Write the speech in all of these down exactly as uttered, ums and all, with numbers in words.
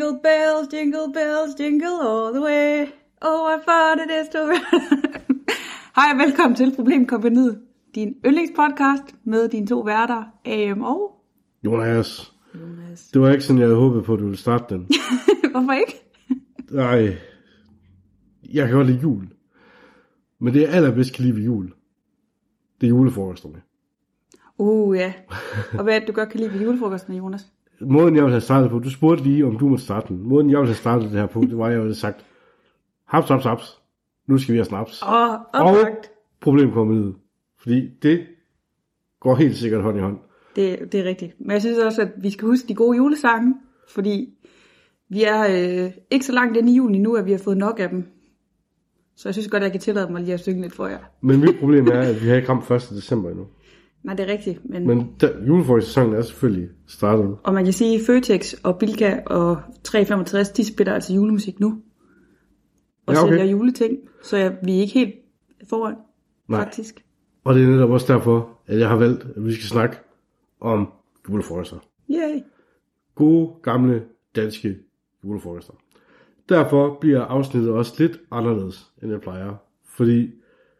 Jingle bells, jingle bells, jingle all the way. Oh, what fun it is to be. Hej og velkommen til Problemkompagniet, din yndlingspodcast med dine to værter, A M og Jonas. Jonas. Det var ikke sådan, jeg havde håbet på, at du ville starte den. Hvorfor ikke? Nej, jeg kan godt lide jul. Men det, jeg allerbedst kan lide ved jul, det er julefrokosterne. Uh, ja. Og hvad er det, du godt kan lide ved julefrokosterne, Jonas? Måden, jeg ville have startet på, du spurgte lige, om du måtte starte den. Måden, jeg ville have startet det her på, det var, at jeg ville have sagt, haps, haps, haps. Nu skal vi have snaps. Åh, oh, oplagt. Og Problemkompagniet. Fordi det går helt sikkert hånd i hånd. Det, det er rigtigt. Men jeg synes også, at vi skal huske de gode julesange, fordi vi er øh, ikke så langt inde i julen endnu, at vi har fået nok af dem. Så jeg synes godt, at jeg kan tillade mig lige at synge lidt for jer. Men mit problem er, at vi har ikke ramt første december endnu. Nej, det er rigtigt. Men, men julefrokostsæsonen er selvfølgelig startet. Og man kan sige, at Føtex og Bilka og tre femogtres, de spiller altså julemusik nu. Og ja, okay. Sælger juleting. Så jeg, vi er ikke helt foran, Nej. faktisk. Og det er netop også derfor, at jeg har valgt, at vi skal snakke om julefrokoster. Yay! Gode, gamle, danske julefrokoster. Derfor bliver afsnittet også lidt anderledes, end jeg plejer. Fordi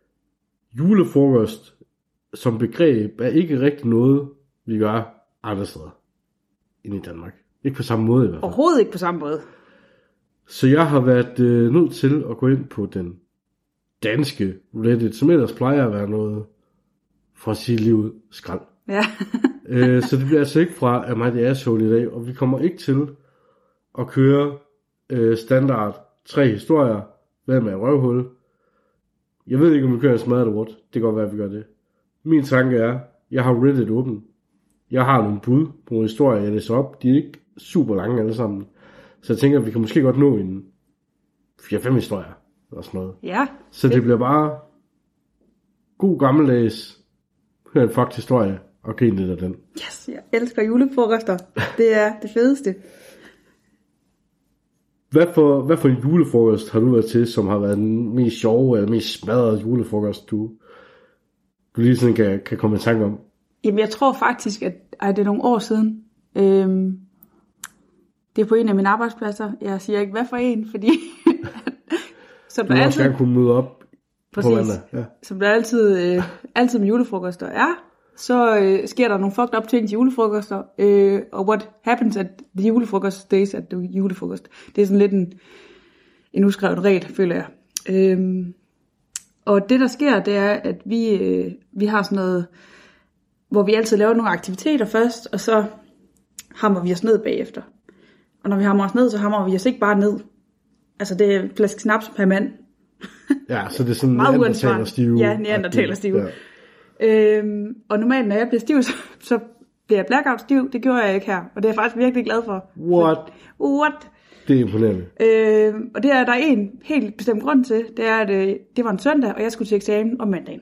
julefrokost som begreb er ikke rigtig noget, vi gør andre steder end i Danmark. Ikke på samme måde i hvert fald. Overhovedet ikke på samme måde. Så jeg har været øh, nødt til at gå ind på den danske Reddit, som ellers plejer at være noget for at sige livet skrald. Ja. øh, så det bliver altså ikke fra Am I the Asshole i dag, og vi kommer ikke til at køre øh, standard tre historier, hvad med røvhul. Jeg ved ikke, om vi kører en smadret ord. Det kan godt være, at vi gør det. Min tanke er, jeg har Reddit åben. Jeg har nogle bud på nogle historier, jeg læser op. De er ikke super lange alle sammen. Så jeg tænker, at vi kan måske godt nå en fire fem historier. Eller sådan noget. Ja. Så det bliver bare god gammeldags, hør en fucked historie, og grine lidt af den. Yes, jeg elsker julefrokoster. Det er det fedeste. Hvad for, hvad for en julefrokost har du været til, som har været den mest sjove, eller mest smadrede julefrokost, du, du lige sådan kan, kan komme i tanke om? Jamen, jeg tror faktisk, at ej, det er nogle år siden. Øhm, det er på en af mine arbejdspladser. Jeg siger ikke, hvad for en, fordi som du der altid kunne møde op præcis, på mandag. Ja. Som der altid, øh, altid med julefrokoster er, så øh, sker der nogle fucked up ting til julefrokoster, øh, og what happens at the julefrokost stays at the julefrokost. Det er sådan lidt en, en uskrevet regel, føler jeg. Øhm, og det der sker, det er, at vi, øh, vi har sådan noget, hvor vi altid laver nogle aktiviteter først, og så hammer vi os ned bagefter. Og når vi hammer os ned, så hammer vi os ikke bare ned. Altså det er flaske snaps per mand. Ja, så det er sådan neandertalerstive. Ja, neandertalerstive. Ja. Øhm, og normalt, når jeg bliver stiv, så, så bliver jeg blackout stiv. Det gjorde jeg ikke her, og det er jeg faktisk virkelig glad for. What? What? Det er imponerende. Øhm, og det er der en helt bestemt grund til. Det er, at øh, det var en søndag, og jeg skulle til eksamen om mandagen.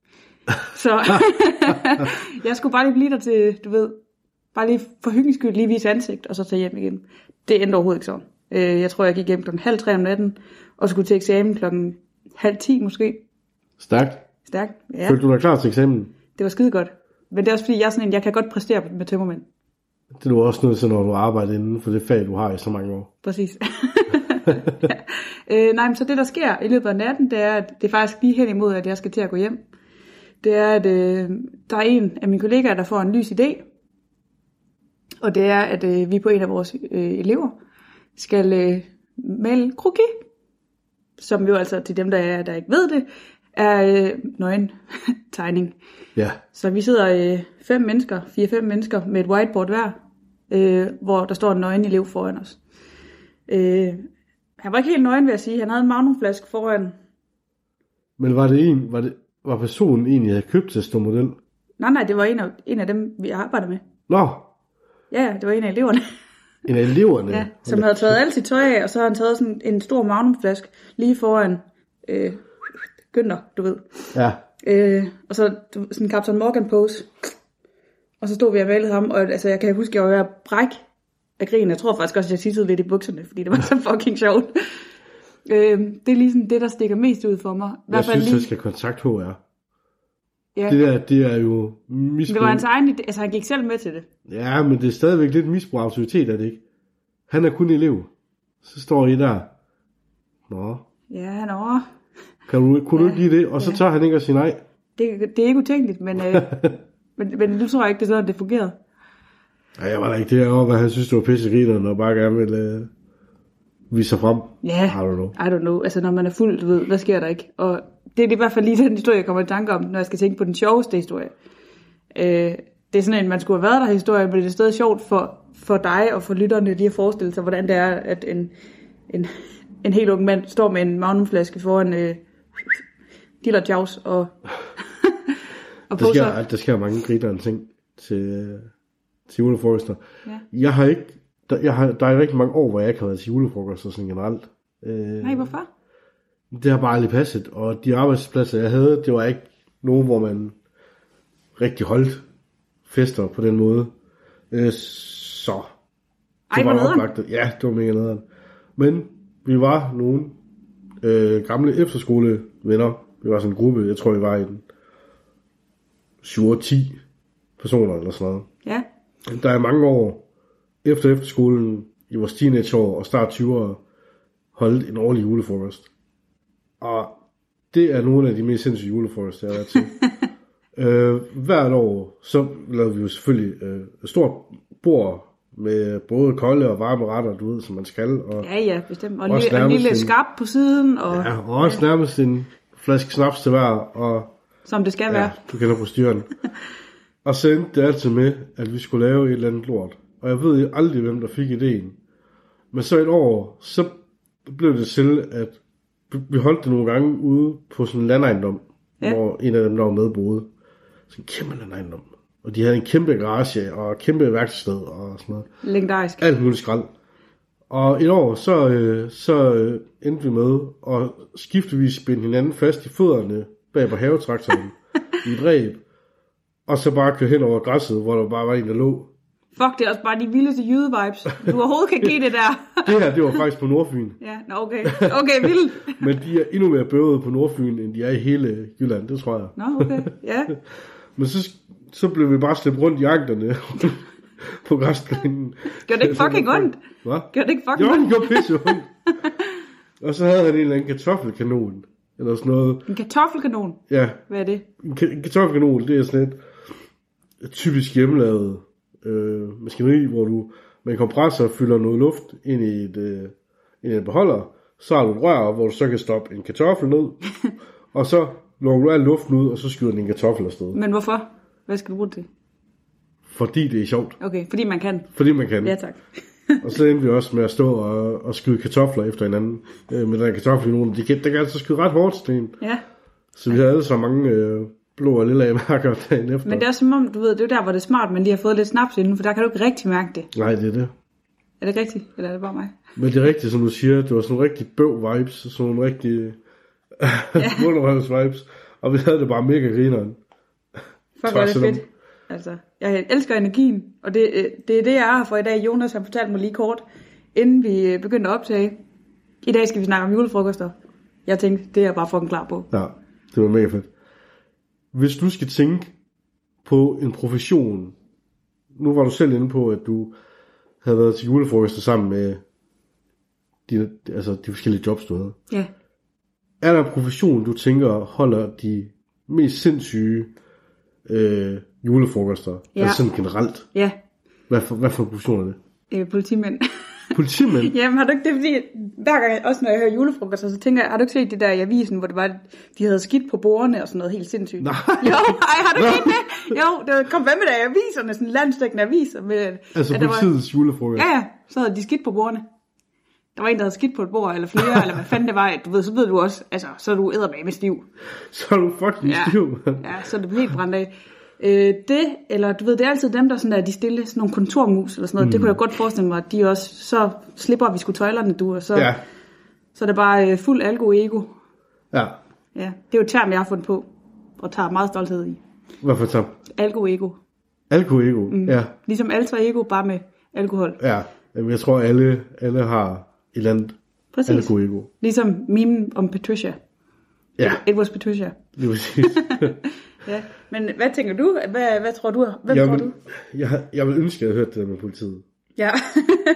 Så jeg skulle bare lige blive der til, du ved, bare lige for hyggens skyld lige vise ansigt, og så tage hjem igen. Det endte overhovedet ikke sådan. Øh, jeg tror, jeg gik hjem klokken halv tre om natten, og skulle til eksamen klokken halv ti måske. Stærkt. Stærkt, ja. Følte du dig klar til eksamen? Det var skide godt. Men det er også fordi, jeg er sådan en, jeg kan godt præstere med tømmermænd. Det er du også nødt til, når du arbejder inden for det fag, du har i så mange år. Præcis. ja. øh, nej, men så det, der sker i løbet af natten, det er, at det er faktisk lige hen imod, at jeg skal til at gå hjem. Det er, at øh, der er en af mine kollegaer, der får en lys idé. Og det er, at øh, vi på en af vores øh, elever skal øh, male kroki. Som jo altså til dem, der, er, der ikke ved det, er øh, nøgen tegning. Ja. Så vi sidder øh, fem mennesker, fire-fem mennesker med et whiteboard hver, øh, hvor der står en nøgen elev foran os. Øh, han var ikke helt nøgen, vil jeg sige. Han havde en magnumflaske foran. Men var det en, var det var personen egentlig havde købt til stor model? Nej, nej, det var en af, en af dem, vi arbejder med. Nå. Ja, det var en af eleverne. En af eleverne? Ja, som havde taget alt sit tøj af, og så havde han taget sådan en stor magnumflaske lige foran øh, Günther, du ved. Ja. Øh, og så sådan en Captain Morgan pose. Og så stod vi og malede ham, og altså, jeg kan huske, at jeg var ved at brække af grin. Jeg tror faktisk også, at jeg tissede lidt i bukserne, fordi det var så fucking sjovt. øh, det er ligesom det, der stikker mest ud for mig. Jeg synes, lige... jeg skal kontakte H R. Ja. Det der, det er jo misbrug. Det var hans egen, altså han gik selv med til det. Ja, men det er stadigvæk lidt misbrug af autoritet, er det ikke? Han er kun elev. Så står I der. Nå. Ja, nå. Kan du, kunne ja, du ikke lide det? Og så ja. Tager han ikke at sige nej. Det, det er ikke utænkeligt, men, øh, men, men nu tror jeg ikke, det er sådan, det fungerede. Nej, jeg var da ikke derovre, hvad han synes, det var pissegrinerne, og bare gerne ville øh, vise sig frem. Ja, I don't know. I don't know. Altså, når man er fuld, du ved, hvad sker der ikke? Og det er i hvert fald lige den historie, jeg kommer i tanke om, når jeg skal tænke på den sjoveste historie. Øh, det er sådan en, man skulle have været der historie, men det er stadig sjovt for, for dig og for lytterne, de har forestillet sig, hvordan det er, at en, en, en helt ung mand står med en magnumflaske foran øh, Diller Jaws og, og der, sker, der sker mange grinerende ting til, til julefrokoster. Ja. Jeg har ikke, der, jeg har, der er rigtig mange år, hvor jeg ikke har været til julefrokoster sådan generelt. Øh, Nej, hvorfor? Det har bare aldrig passet, og de arbejdspladser, jeg havde, det var ikke nogen, hvor man rigtig holdt fester på den måde. Øh, så det Ej, var oplagt. Ja, det var mega nederen. Men vi var nogle øh, gamle efterskolevenner. Vi var sådan en gruppe, jeg tror vi var i den syv ti personer eller sådan noget. Ja. Der er mange år efter efterskolen, i vores teenageår og start tyverne, holdt en årlig julefrokost. Og det er nogle af de mest sindssyge julefrokoster, jeg har været til. øh, hvert år, så lavede vi jo selvfølgelig øh, et stort bord med både kolde og varme retter, du ved, som man skal. Og ja, ja, bestemt. Og, li- og en lille skarp på siden. Og, ja, og også ja. Nærmest en flaske snaps til hver. Og, som det skal ja, være. Du kender på styren. Og så endte det altid med, at vi skulle lave et eller andet lort. Og jeg ved aldrig, hvem der fik ideen. Men så et år, så blev det til, at vi holdt det nogle gange ude på sådan en landejendom, ja. Hvor en af dem, der var med, boede. Sådan en kæmpe landejendom. Og de havde en kæmpe garage og kæmpe værksted og sådan noget. Legendarisk. Alt muligt skrald. Og et år, så, øh, så øh, endte vi med at skiftevis spænde hinanden fast i fødderne bag på havetraktoren i et ræb. Og så bare køre hen over græsset, hvor der bare var en, der lå. Fuck, det er også bare de vildeste jyde-vibes. Du overhovedet kan give det der. Det her, det var faktisk på Nordfyn. Ja, no, okay. Okay, vildt. Men de er endnu mere bøvede på Nordfyn, end de er i hele Jylland, det tror jeg. Nå, okay, ja. Men så, så blev vi bare slæbt rundt i anklerne på græsplænen. Gør det ikke fucking ondt? Hvad? Gør det ikke fucking ondt? Jo, det gjorde pisse ondt. Og så havde han en eller anden kartoffelkanon. Eller sådan noget. En kartoffelkanon? Ja. Hvad er det? En kartoffelkanon, det er sådan et typisk hjemmelavet øh, maskineri, hvor du med en kompressor fylder noget luft ind i, et, øh, ind i en beholder. Så har du et rør, hvor du så kan stoppe en kartoffel ned. Og så lukker du al luften ud, og så skyder den en kartoffel afsted. Men hvorfor? Hvad skal du bruge det til? Fordi det er sjovt. Okay, fordi man kan. Fordi man kan. Ja, tak. Og så endte vi også med at stå og, og skyde kartofler efter hinanden. Øh, med den kartoffel i nogen. De kan, der kan altså skyde ret hårdt, Sten. Ja. Så vi havde alle så mange øh, blå og lille mærker dagen efter. Men det er som om, du ved, det er der, hvor det er smart, men de har fået lidt snaps inden, for der kan du ikke rigtig mærke det. Nej, det er det. Er det ikke rigtigt, eller er det bare mig? Men det er rigtigt, som du siger. Det var sådan nogle rigtig bøv vibes, sådan nogle rigtig wunderhøjs vibes. Og vi havde det bare mega grineren. Fuck, hvor er det fedt. Altså, jeg elsker energien, og det, det er det, jeg har for i dag. Jonas har fortalt mig lige kort, inden vi begyndte at optage. I dag skal vi snakke om julefrokoster. Jeg tænkte, det er jeg bare fucking klar på. Ja, det var mega fedt. Hvis du skal tænke på en profession, nu var du selv inde på, at du havde været til julefrokoster sammen med de, altså de forskellige jobs, du havde. Ja. Er der en profession, du tænker holder de mest sindssyge øh, julefrokoster? Ja. Altså sådan generelt? Ja. Hvad for, hvad for profession er det? Øh, politimænd. Politimænd? Jamen har du ikke det, fordi hver gang, også når jeg hører julefrokoster, så tænker jeg, har du ikke set det der i avisen, hvor det var, de havde skidt på bordene og sådan noget helt sindssygt? Nej. Jo, ej, har du ikke set det? Jo, det kom med med der i aviserne, sådan landstækkende aviser. Med, altså politiets var, julefrokost? Ja, ja, så havde de skidt på bordene. Der var en, der havde skidt på et bord, eller flere, eller hvad fanden det var, du ved, så ved du også, altså, så er du eddermame stiv. Så er du fucking ja. stiv, man. Ja, så er det helt brændt af. Øh, det, eller du ved, det er altid dem, der sådan der, de stille, sådan nogle kontormus, eller sådan noget, mm. det kunne jeg godt forestille mig, at de også, så slipper vi sgu tøjlerne, du, og så, ja. så er det bare øh, fuld algo-ego. Ja. Ja, det er jo et term, jeg har fundet på, og tager meget stolthed i. Hvad for et term? Algo-ego. Algo-ego, mm. ja. Ligesom alter ego, bare med alkohol. Ja, jamen, jeg tror, alle, alle har et eller andet algo-ego. Ligesom meme om Patricia. Ja. It, it was Patricia. Det var præcis. Ja, men hvad tænker du? Hvad, hvad tror du? Hvem jeg tror vil, du? Jeg, jeg vil ønske, at jeg havde hørt det der med politiet. Ja.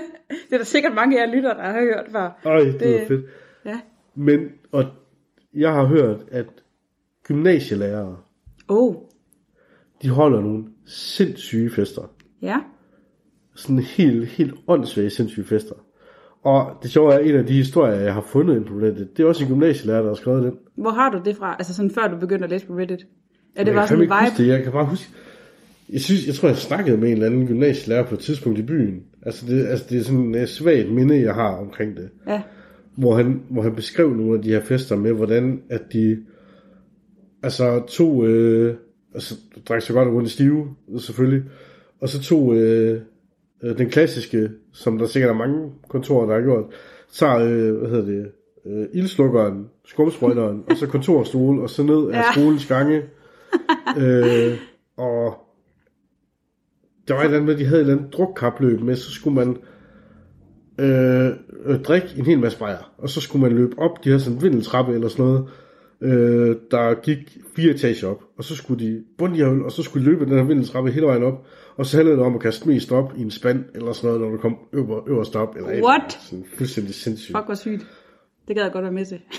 Det er der sikkert mange af jer lytter, der har hørt før. Ej, det, det er fedt. Ja. Men, og jeg har hørt, at gymnasielærere, oh. de holder nogle sindssyge fester. Ja. Sådan helt, helt åndssvage sindssyge fester. Og det sjove er, en af de historier, jeg har fundet ind på Reddit, det er også en gymnasielærer, der har skrevet den. Hvor har du det fra? Altså sådan før du begyndte at læse på Reddit? Er det jeg bare sådan en vibe? Det. Jeg kan bare huske, jeg, synes, jeg tror, jeg snakkede med en eller anden gymnasielærer på et tidspunkt i byen. Altså det, altså det er sådan et svagt minde, jeg har omkring det. Ja. Hvor han, hvor han beskrev nogle af de her fester med, hvordan at de altså tog, øh, altså drak så godt rundt i stive, selvfølgelig, og så tog øh, den klassiske, som der sikkert er mange kontorer, der har gjort, tager, øh, hvad hedder det, øh, ildslukkeren, skumsprøjteren, og så kontorstol, og så ned af ja. skolens gange. øh, og der var et eller andet med, at de havde et eller andet drukkapløb med, så skulle man øh, øh, drikke en hel masse bajer, og så skulle man løbe op, de havde sådan en vindeltrappe eller sådan noget, øh, der gik fire etager op, og så skulle de bunde øl, og så skulle de løbe den her vindeltrappe hele vejen op, og så handlede det om at kaste mest op i en spand, eller sådan noget, når du kom øver, øverst op. Eller What? Sådan fuldstændig sindssygt. Fuck, hvor sygt. Det gad jeg godt være med til.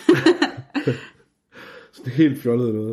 Sådan helt fjollet noget.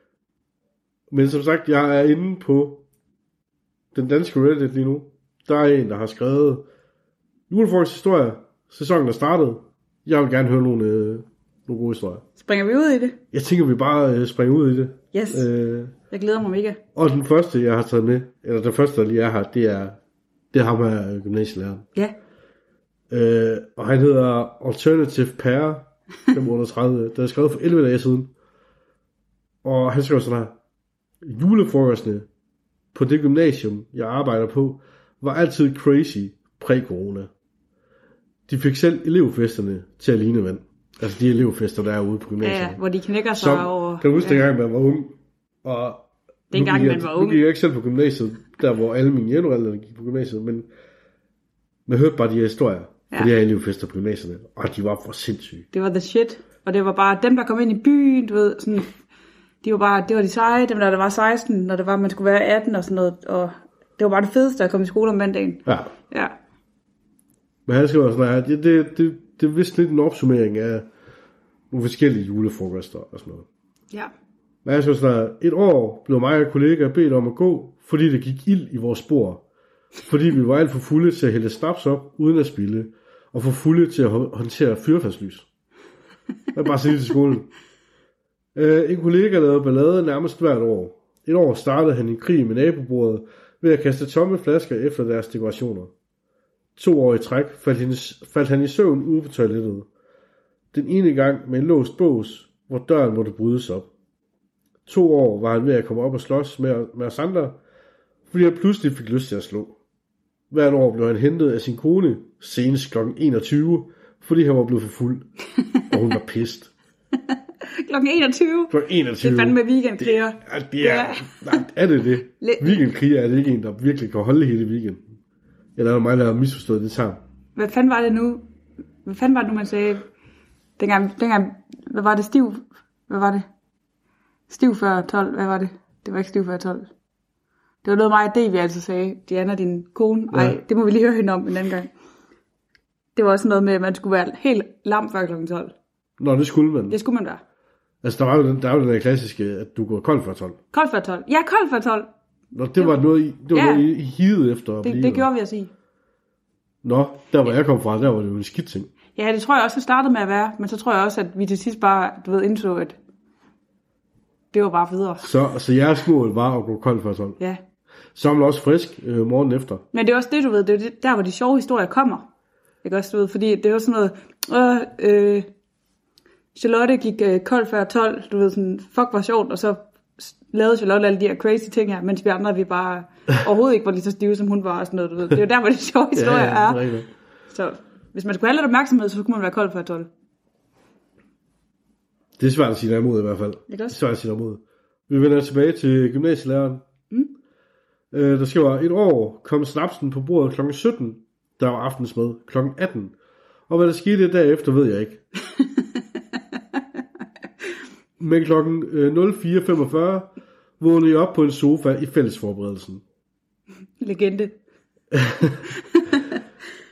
Men som sagt, jeg er inde på den danske Reddit lige nu. Der er en, der har skrevet julefrokost historie. Sæsonen er startet. Jeg vil gerne høre nogle, øh, nogle gode historier. Springer vi ud i det? Jeg tænker, vi bare øh, springer ud i det. Yes. Øh, jeg glæder mig mega. Og den første, jeg har taget med, eller den første, der lige er her, det er, det er ham her, gymnasielæreren. Ja. Øh, og han hedder Alternative Pair fem hundrede og tredive. Der er skrevet for elleve dage siden. Og han skrev sådan her: julefrokostene på det gymnasium, jeg arbejder på, var altid crazy præ-corona. De fik selv elevfesterne til at ligne vand. Altså de elevfester, der er ude på gymnasiet. Ja, hvor de knækker sig Som, over... Kan du huske, ja. dengang man var ung? Og dengang man var ung? Nu gik jeg ikke selv på gymnasiet, der hvor alle mine jævnaldrende gik på gymnasiet, men man hørte bare de her historier ja. på de her elevfester på gymnasierne, og de var for sindssyge. Det var the shit, og det var bare dem, der kom ind i byen, du ved, sådan... De var bare, det var de seje, dem der, der var seksten, når det var, man skulle være atten og sådan noget, og det var bare det fedeste at komme i skole om mandagen. Ja. Ja. Men han skriver sådan her, det, det, det, det er vist lidt en opsummering af nogle forskellige julefrokoster og sådan noget. Ja. Men han skriver sådan her, et år blev mig og kollegaer bedt om at gå, fordi det gik ild i vores spor. Fordi vi var alt for fulde til at hælde snaps op, uden at spille, og for fulde til at håndtere fyrfærdslys. Det var bare sige til skolen. Uh, en kollega lavede ballade nærmest hvert år. Et år startede han en krig med nabobordet ved at kaste tomme flasker efter deres dekorationer. To år i træk faldt, hendes, faldt han i søvn ude på toilettet. Den ene gang med en låst bås, hvor døren måtte brydes op. To år var han ved at komme op og slås med, med os andre, fordi han pludselig fik lyst til at slå. Hvert år blev han hentet af sin kone, senest klokken enogtyve, fordi han var blevet for fuld, og hun var pist. klokken enogtyve? klokken enogtyve. Det er fandme weekendkriger. Det, er, det er, nej, er det det? Weekendkriger er det ikke en, der virkelig kan holde hele weekenden. Eller er der mig, der har misforstået det sammen? Hvad fanden var det nu? Hvad fanden var det nu, man sagde? Dengang, dengang hvad var det? Stiv? Hvad var det? Stiv før tolv, hvad var det? Det var ikke stiv før tolv. Det var noget mig og Davy altså sagde. Diana, din kone. Ej, ja. Det må vi lige høre hende om en anden gang. Det var også noget med, at man skulle være helt lam før klokken tolv. Nå, det skulle man. Det skulle man være. Altså, der var jo den, der, var den der klassiske, at du går kold før tolv. Kold før tolv. Ja, kold før tolv. Nå, det, det var, var noget, I, det var ja. noget, I hidede efter at det, blive. Det gjorde vi at sige. Nå, der hvor ja. jeg kom fra, der var det jo en skidt ting. Ja, det tror jeg også, det startede med at være. Men så tror jeg også, at vi til sidst bare, du ved, indså, at det var bare federe. Så, så jeres mål var at gå kold før tolv? Ja. Så var man også frisk øh, morgen efter. Men det er også det, du ved, det er det, der, hvor de sjove historier kommer. Ikke også, du ved, fordi det er jo sådan noget, øh, øh, Charlotte gik øh, kold før tolv, du ved, sådan, fuck var sjovt, og så lavede Charlotte alle de her crazy ting her, mens vi andre, vi bare overhovedet ikke var lige så stive, som hun var, og sådan noget, du ved. Det er jo der, hvor de sjove historier ja, ja, er. Så hvis man skulle have lidt opmærksomhed, så skulle man være kold før tolv. Det er svært at sige der imod i hvert fald. Det er svært at sige der imod. Vi vender tilbage til gymnasielæreren. Mm. Øh, der skriver, et år kom snapsen på bordet klokken sytten, der var aftensmad klokken atten. Og hvad der skete derefter, ved jeg ikke. Men klokken nul fire femogfyrre vågnede jeg op på en sofa i fællesforberedelsen. Legende.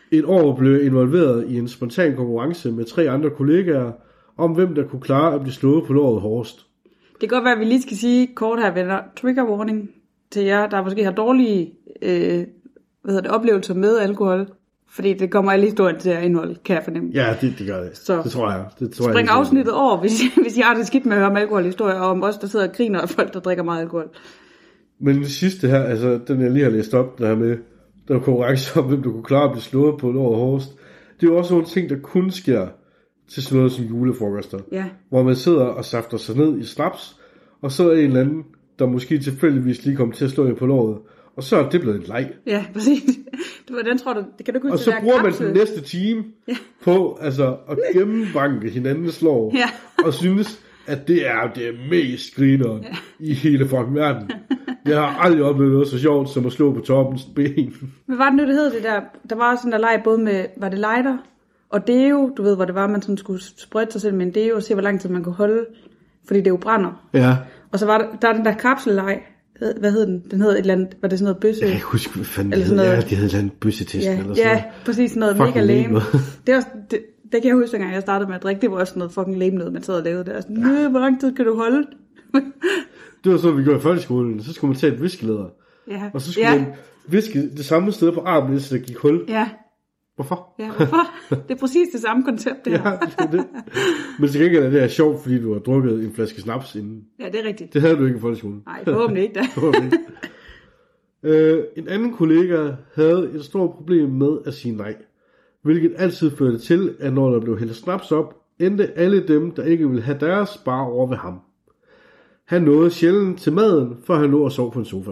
Et år blev jeg involveret i en spontan konkurrence med tre andre kollegaer, om hvem der kunne klare at blive slået på låret hårdest. Det kan godt være, at vi lige skal sige kort her, venner. Trigger warning til jer, der måske har dårlige øh, hvad hedder det, oplevelser med alkohol. Fordi det kommer alle historien til at indeholde, kan jeg fornemme. Ja, det, det gør det. Så det tror jeg. Det tror spring jeg, afsnittet over, hvis, hvis I har det skidt med at høre om alkoholhistorier, og om os, der sidder og griner af folk, der drikker meget alkohol. Men det sidste her, altså den jeg lige har læst op, der med, der var konkurrence om, hvem du kunne klare at blive slået på låret hårdest. Det er jo også nogle ting, der kun sker til sådan noget som julefrokoster. Ja. Hvor man sidder og safter sig ned i snaps, og så er en eller anden, der måske tilfældigvis lige kommer til at slå en på låret. Og så er det blevet en leg. Ja, præcis. Det var den, tror du, det kan du kunne og så bruger man den næste time ja. på altså, at gennembanke hinandens lår, ja. og synes, at det er det mest grineren ja. i hele fucking verden. Jeg har aldrig oplevet noget så sjovt, som at slå på toppens ben. Hvad var det nu, det hed det der? Der var også sådan der leg både med, var det lighter og deo, du ved, hvor det var, man sådan skulle sprøjte sig selv med en deo, og se, hvor lang tid man kunne holde, fordi det jo brænder. Ja. Og så var der, der den der kapselleg. Hvad hed den? Den hed et eller andet, var det sådan noget bøsse? Jeg kan ikke huske, hvad fanden det hed. Noget... Ja, det hed et eller andet bøssetest. Ja, eller sådan ja, noget. præcis sådan noget fucking mega lame. lame. Det, var, det, det kan jeg huske, dengang jeg startede med at drikke, det var også sådan noget fucking lame noget, man sad og lavede der. Sådan, øh, hvor lang tid kan du holde? Det var så, vi gjorde i folkeskolen. Så skulle man tage et viskelæder. Ja. Og så skulle ja. man viske det samme sted på armen, så der gik hul. Ja. Hvorfor? Ja, hvorfor? Det er præcis det samme koncept, det her. Ja, det er det. Men til gengæld er det her sjovt, fordi du har drukket en flaske snaps inden. Ja, det er rigtigt. Det havde du ikke i folkeskolen. Nej, forhåbentlig ikke da. forhåbentlig ikke. Øh, en anden kollega havde et stort problem med at sige nej, hvilket altid førte til, at når der blev hældt snaps op, endte alle dem, der ikke ville have deres, bare over ved ham. Han nåede sjældent til maden, før han lå og sov på en sofa.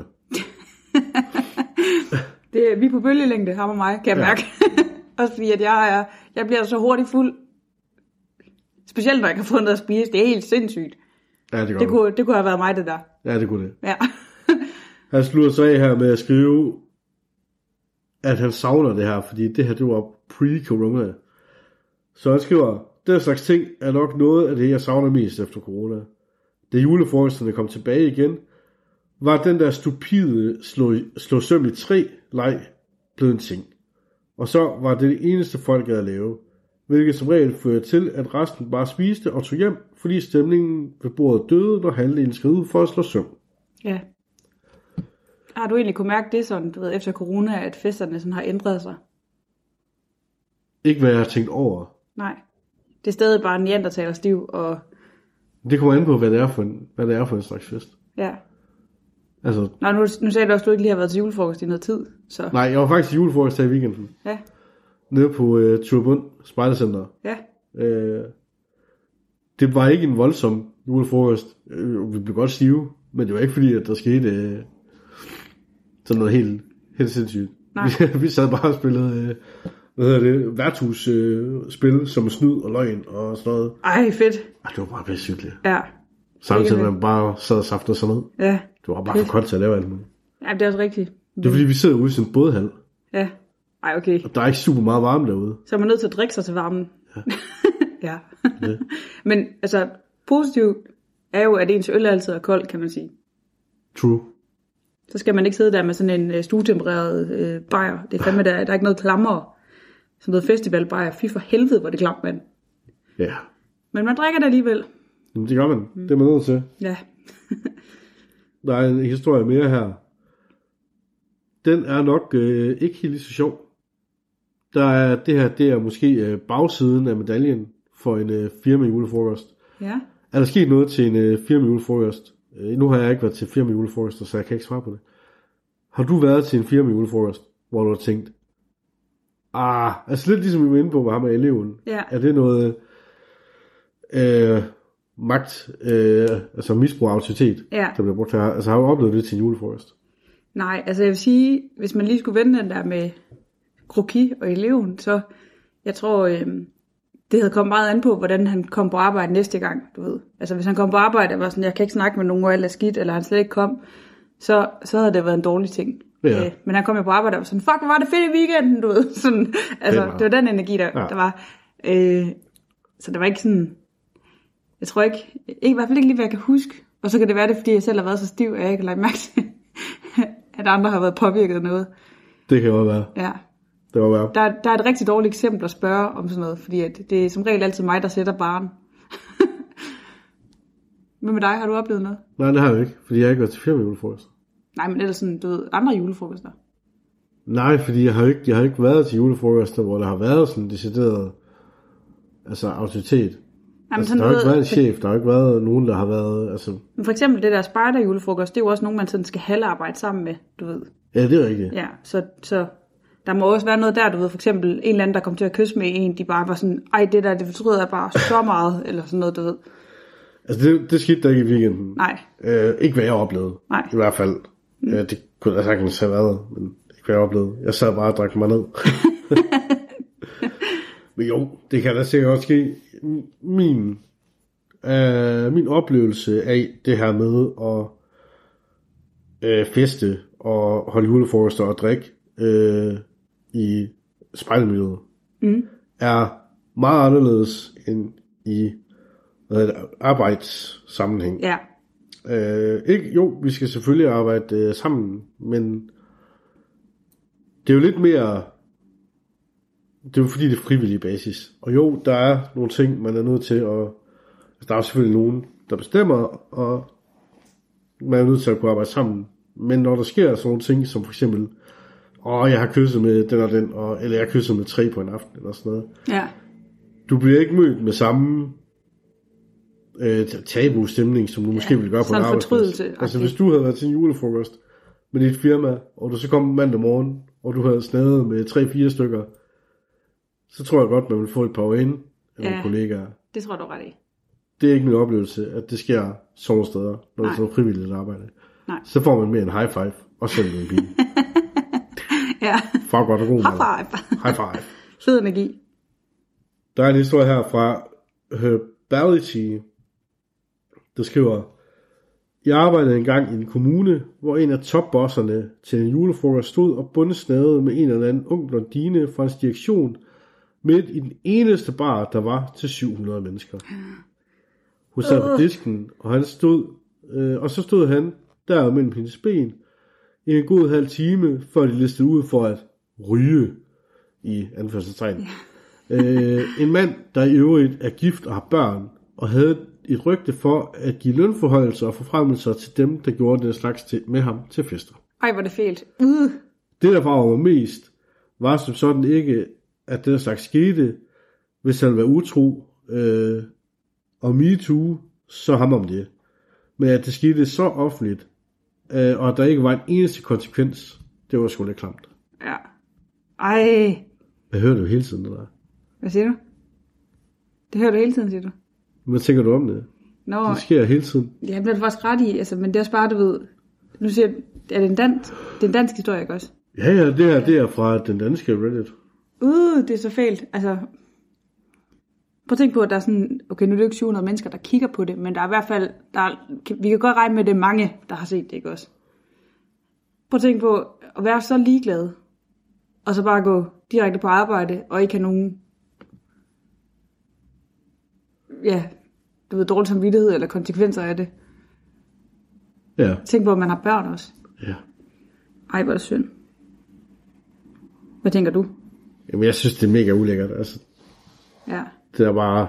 Det er, vi er på bølgelængde, ham og mig, kan jeg ja. mærke. Også fordi, at jeg, er, jeg bliver så hurtigt fuld. Specielt, når jeg ikke har fået noget at spise. Det er helt sindssygt. Ja, det, det, kunne, det kunne have været mig, det der. Ja, det kunne det. Ja. Han slutter sig af her med at skrive, at han savner det her, fordi det her, det var pre-corona. Så han skriver, den slags ting er nok noget af det, jeg savner mest efter corona. Da julefrokosterne kom tilbage igen, var den der stupide slå, slå søm i tre leg blevet en ting. Og så var det det eneste folk gad at lave, hvilket som regel førte til, at resten bare spiste og tog hjem, fordi stemningen ved bordet døde, når halvdelen skred ud for at slå søm. Ja. Har du egentlig kunne mærke det sådan, du ved, efter corona, at festerne sådan har ændret sig? Ikke hvad jeg har tænkt over. Nej. Det er stadig bare en neandertaler stiv, og... Det kommer an på, hvad det er for en, hvad det er for en slags fest. Ja. Altså... Nå, nu, nu sagde du også, at du ikke lige har været til julefrokost i noget tid, så... Nej, jeg var faktisk til julefrokost her i weekenden. Ja. Nede på uh, Turbund Spejdercenter. Ja. Uh, det var ikke en voldsom julefrokost. Uh, vi blev godt stive, men det var ikke fordi, at der skete uh, sådan noget helt, helt sindssygt. Nej. Vi, vi sad bare og spillede... Uh, hvad hedder det, værtshusspil, øh, som snyd og løgn og sådan noget. Ej, fedt. Ej, det var bare bedst hyggeligt. Ja. Samtidig med, at man bare sad og saftede sådan noget. Ja. Det var bare fedt. For koldt til at lave alt muligt. Ja, det er også rigtigt. Det er fordi, vi sidder ude i sådan en bådehal. Ja. Ej, okay. Og der er ikke super meget varme derude. Så er man nødt til at drikke sig til varmen. Ja. ja. Men altså, positivt er jo, at ens øl altid er kold, kan man sige. True. Så skal man ikke sidde der med sådan en øh, stuetempereret øh, bajer. Det er fandme, der, der er ikke noget klammer. Sådan noget festivalbajer. Fy for helvede, hvor det klamt, mand. Ja. Men man drikker det alligevel. Jamen, det gør man. Mm. Det er man nødt til. Ja. Der er en historie mere her. Den er nok øh, ikke helt lige så sjov. Der er, det her, det er måske øh, bagsiden af medaljen for en øh, firma julefrokost. Ja. Er der sket noget til en øh, firma julefrokost? Øh, nu har jeg ikke været til firma julefrokost, så jeg kan ikke svare på det. Har du været til en firma julefrokost, hvor du har tænkt, ah, altså lidt ligesom vi var inde på med ham og eleven. Ja. Er det noget øh, magt, øh, altså misbrug af autoritet, ja. der bliver brugt her? Altså har du oplevet det til en julefrokost? Nej, altså jeg vil sige, hvis man lige skulle vende den der med kroki og eleven, så jeg tror, øh, det havde kommet meget an på, hvordan han kom på arbejde næste gang, du ved. Altså hvis han kom på arbejde og var sådan, jeg kan ikke snakke med nogen, og alt er skidt, eller han slet ikke kom, så, så havde det været en dårlig ting. Ja. Øh, men han kom jo på arbejde og var sådan, fuck, hvor var det fedt i weekenden, du ved. Sådan, altså, det var, det var den energi, der, ja. der var. Øh, så det var ikke sådan, jeg tror ikke, ikke, i hvert fald ikke lige, hvad jeg kan huske. Og så kan det være det, fordi jeg selv har været så stiv, at jeg ikke har lagt mærke til, at andre har været påvirket af noget. Det kan jo være. Ja. Det var værd. Der, der er et rigtig dårligt eksempel at spørge om sådan noget, fordi at det er som regel altid mig, der sætter barren. Hvad med dig? Har du oplevet noget? Nej, det har jeg ikke, fordi jeg har ikke været til firma julefrokoster. Nej, men ellers sådan, du ved, andre julefrokoster. Nej, fordi jeg har ikke, jeg har ikke været til julefrokoster, hvor der har været sådan en decideret altså autoritet. Jamen, altså, der har ikke været en chef, der har ikke været nogen, der har været... Altså... Men for eksempel det der spejder julefrokost, det er jo også nogen, man sådan skal halvarbejde sammen med, du ved. Ja, det er rigtigt. Ja, så, så der må også være noget der, du ved, for eksempel en eller anden, der kom til at kysse med en, de bare var sådan, ej, det der, det fortryder jeg bare så meget, eller sådan noget, du ved. Altså, det, det skete der ikke i weekenden. Nej. Øh, ikke hvad jeg oplevede. Nej. I hvert fald. Mm. Øh, det kunne jeg sagtens have været, men ikke hvad jeg oplevede. Jeg sad bare og drak mig ned. Men jo, det kan da sikkert også ske. Min, øh, min oplevelse af det her med at øh, feste og holde julefrokoster og drikke øh, i spejlmiljøet mm. er meget anderledes end i hvad, arbejdssammenhæng. Ja. Øh, ikke, jo, vi skal selvfølgelig arbejde øh, sammen, men det er jo lidt mere... Det er jo fordi, det er frivillig basis. Og jo, der er nogle ting, man er nødt til at... Altså, der er selvfølgelig nogen, der bestemmer, og man er nødt til at kunne arbejde sammen. Men når der sker sådan nogle ting, som for eksempel, åh, jeg har kysset med den og den, og, eller jeg har kysset med tre på en aften, eller sådan noget. Ja. Du bliver ikke mødt med samme øh, tabu-stemning, som du ja, måske ville gøre på en arbejdsplads. Altså, hvis du havde været til en julefrokost med dit firma, og du så kom mandag morgen, og du havde snadet med tre-fire stykker, så tror jeg godt, man vil få et par øjne af ja, nogle kollegaer. Det tror du ret i. Det er ikke min oplevelse, at det sker sådan steder, når Nej. det er sådan frivilligt arbejde. Nej. Så får man mere en high five, og selv en bil. Ja. Fuck godt og god. High five. High five. Fed energi. Der er en historie her fra Herbality, der skriver, jeg arbejdede engang i en kommune, hvor en af topbosserne til en julefrokost stod og bundesnadede med en eller anden ung blondine fra en direktion midt i den eneste bar, der var til syv hundrede mennesker. Hun sad på disken, og han stod, øh, og så stod han der mellem hendes ben i en god halv time, før de listede ud for at ryge i anførselstegn. øh, en mand, der i øvrigt er gift og har børn, og havde et rygte for at give lønforhøjelser og forfremmelser til dem, der gjorde den slags til, med ham til fester. Ej, hvor det fælt. Uh. Det, der var mig mest, var som sådan ikke, at det slags skete, hvis han var utro, øh, og MeToo, så ham om det. Men at det skete så offentligt, øh, og at der ikke var en eneste konsekvens, det var sgu lidt klamt. Ja. Ej. Jeg hører det jo hele tiden, eller? Hvad siger du? Det hører du hele tiden, siger du? Hvad tænker du om det? Nå, det sker hele tiden. Ja, det er faktisk ret i, altså, men det er også bare, du ved, nu siger er det en dansk, det er en dansk historie, ikke også? Ja, ja, det her, det er fra den danske Reddit. Uh, det er så fælt, altså, prøv at tænke på, at der er sådan, okay, nu er det jo ikke syv hundrede mennesker, der kigger på det, men der er i hvert fald, der er, vi kan godt regne med, det er mange, der har set det, ikke også? Prøv at tænke på, at være så ligeglad, og så bare gå direkte på arbejde, og ikke have nogen, ja, du ved, dårlig samvittighed eller konsekvenser af det. Ja. Tænk på, at man har børn også. Ja. Ej, hvor er det synd. Hvad tænker du? Jamen, jeg synes, det er mega ulækkert, altså. Ja. Det er bare...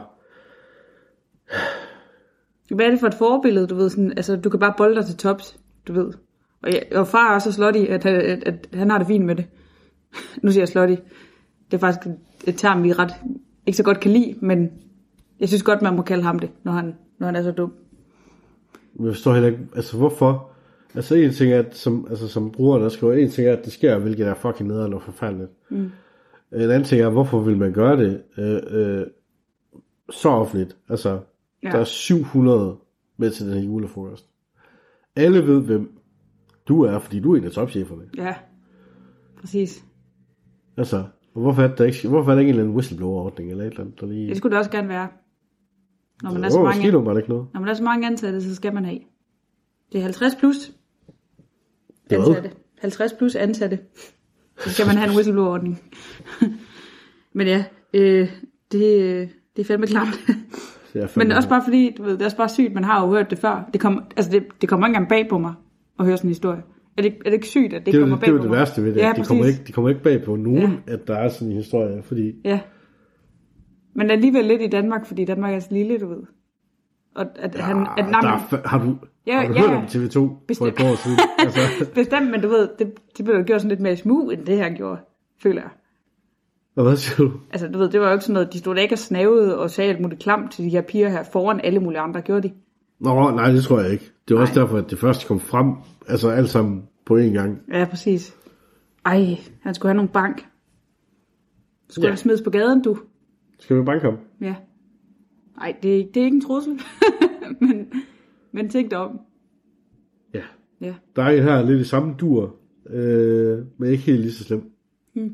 Hvad er det for et forbillede, du ved? Sådan, altså, du kan bare bolde dig til tops, du ved. Og, jeg, og far er også så slutty, at, at, at, at han har det fint med det. Nu siger jeg slutty. Det er faktisk et term, vi ret ikke så godt kan lide, men jeg synes godt, man må kalde ham det, når han, når han er så dum. Jeg forstår heller ikke, altså hvorfor? Altså en ting er, at, som, altså, som brugeren der skriver, en ting er, at det sker, hvilket er fucking nederen og forfærdeligt. Mm. En anden ting er, hvorfor vil man gøre det øh, øh, så offentligt? Altså, ja. Der er syv hundrede med til den her julefrokost. Alle ved, hvem du er, fordi du er en af topcheferne. Ja, præcis. Altså, hvorfor er der ikke, hvorfor er der ikke en eller anden whistleblower-ordning eller et eller andet, der lige... Det skulle det også gerne være. Når man, så, er så mange, ikke noget. Når man er så mange ansatte, så skal man have. Det er halvtreds plus ansatte. Hvad? halvtreds plus ansatte. Så skal man have en whistleblower-ordning. Men ja, øh, det, det er fandme klart. Det Men også bare fordi, du ved, det er også bare sygt, man har jo hørt det før. Det, kom, altså det, det kommer ikke engang bag på mig at høre sådan en historie. Er det, er det ikke sygt, at det, det kommer bag på Det er jo det værste ved det. Ja, de, kommer ikke, de kommer ikke bag på nogen, ja. At der er sådan en historie. Fordi... Ja. Men alligevel lidt i Danmark, fordi Danmark er så lille, du ved. Og at ja, han, at, nej, der er, har du, ja, har du ja, hørt om T V to bestemt. for et par år siden? Altså. Bestemt, men du ved, det, det blev gjort sådan lidt mere smooth, end det her gjorde, føler jeg. Og hvad siger du? Altså, du ved, det var jo ikke sådan noget, de stod da ikke og snavede og sagde alt muligt klamt til de her piger her, foran alle mulige andre, gjorde de? Nå, nej, det tror jeg ikke. Det var nej. Også derfor, at det første kom frem, altså alt sammen på én gang. Ja, præcis. Ej, han skulle have nogle bank. Skulle ja. Han smides på gaden, du? Skal vi banke ham? Ja. Nej, det, det er ikke en trussel. men, men tænk dig om. Ja. Ja. Der er en her lidt i samme dur, øh, men ikke helt lige så slem. Hmm.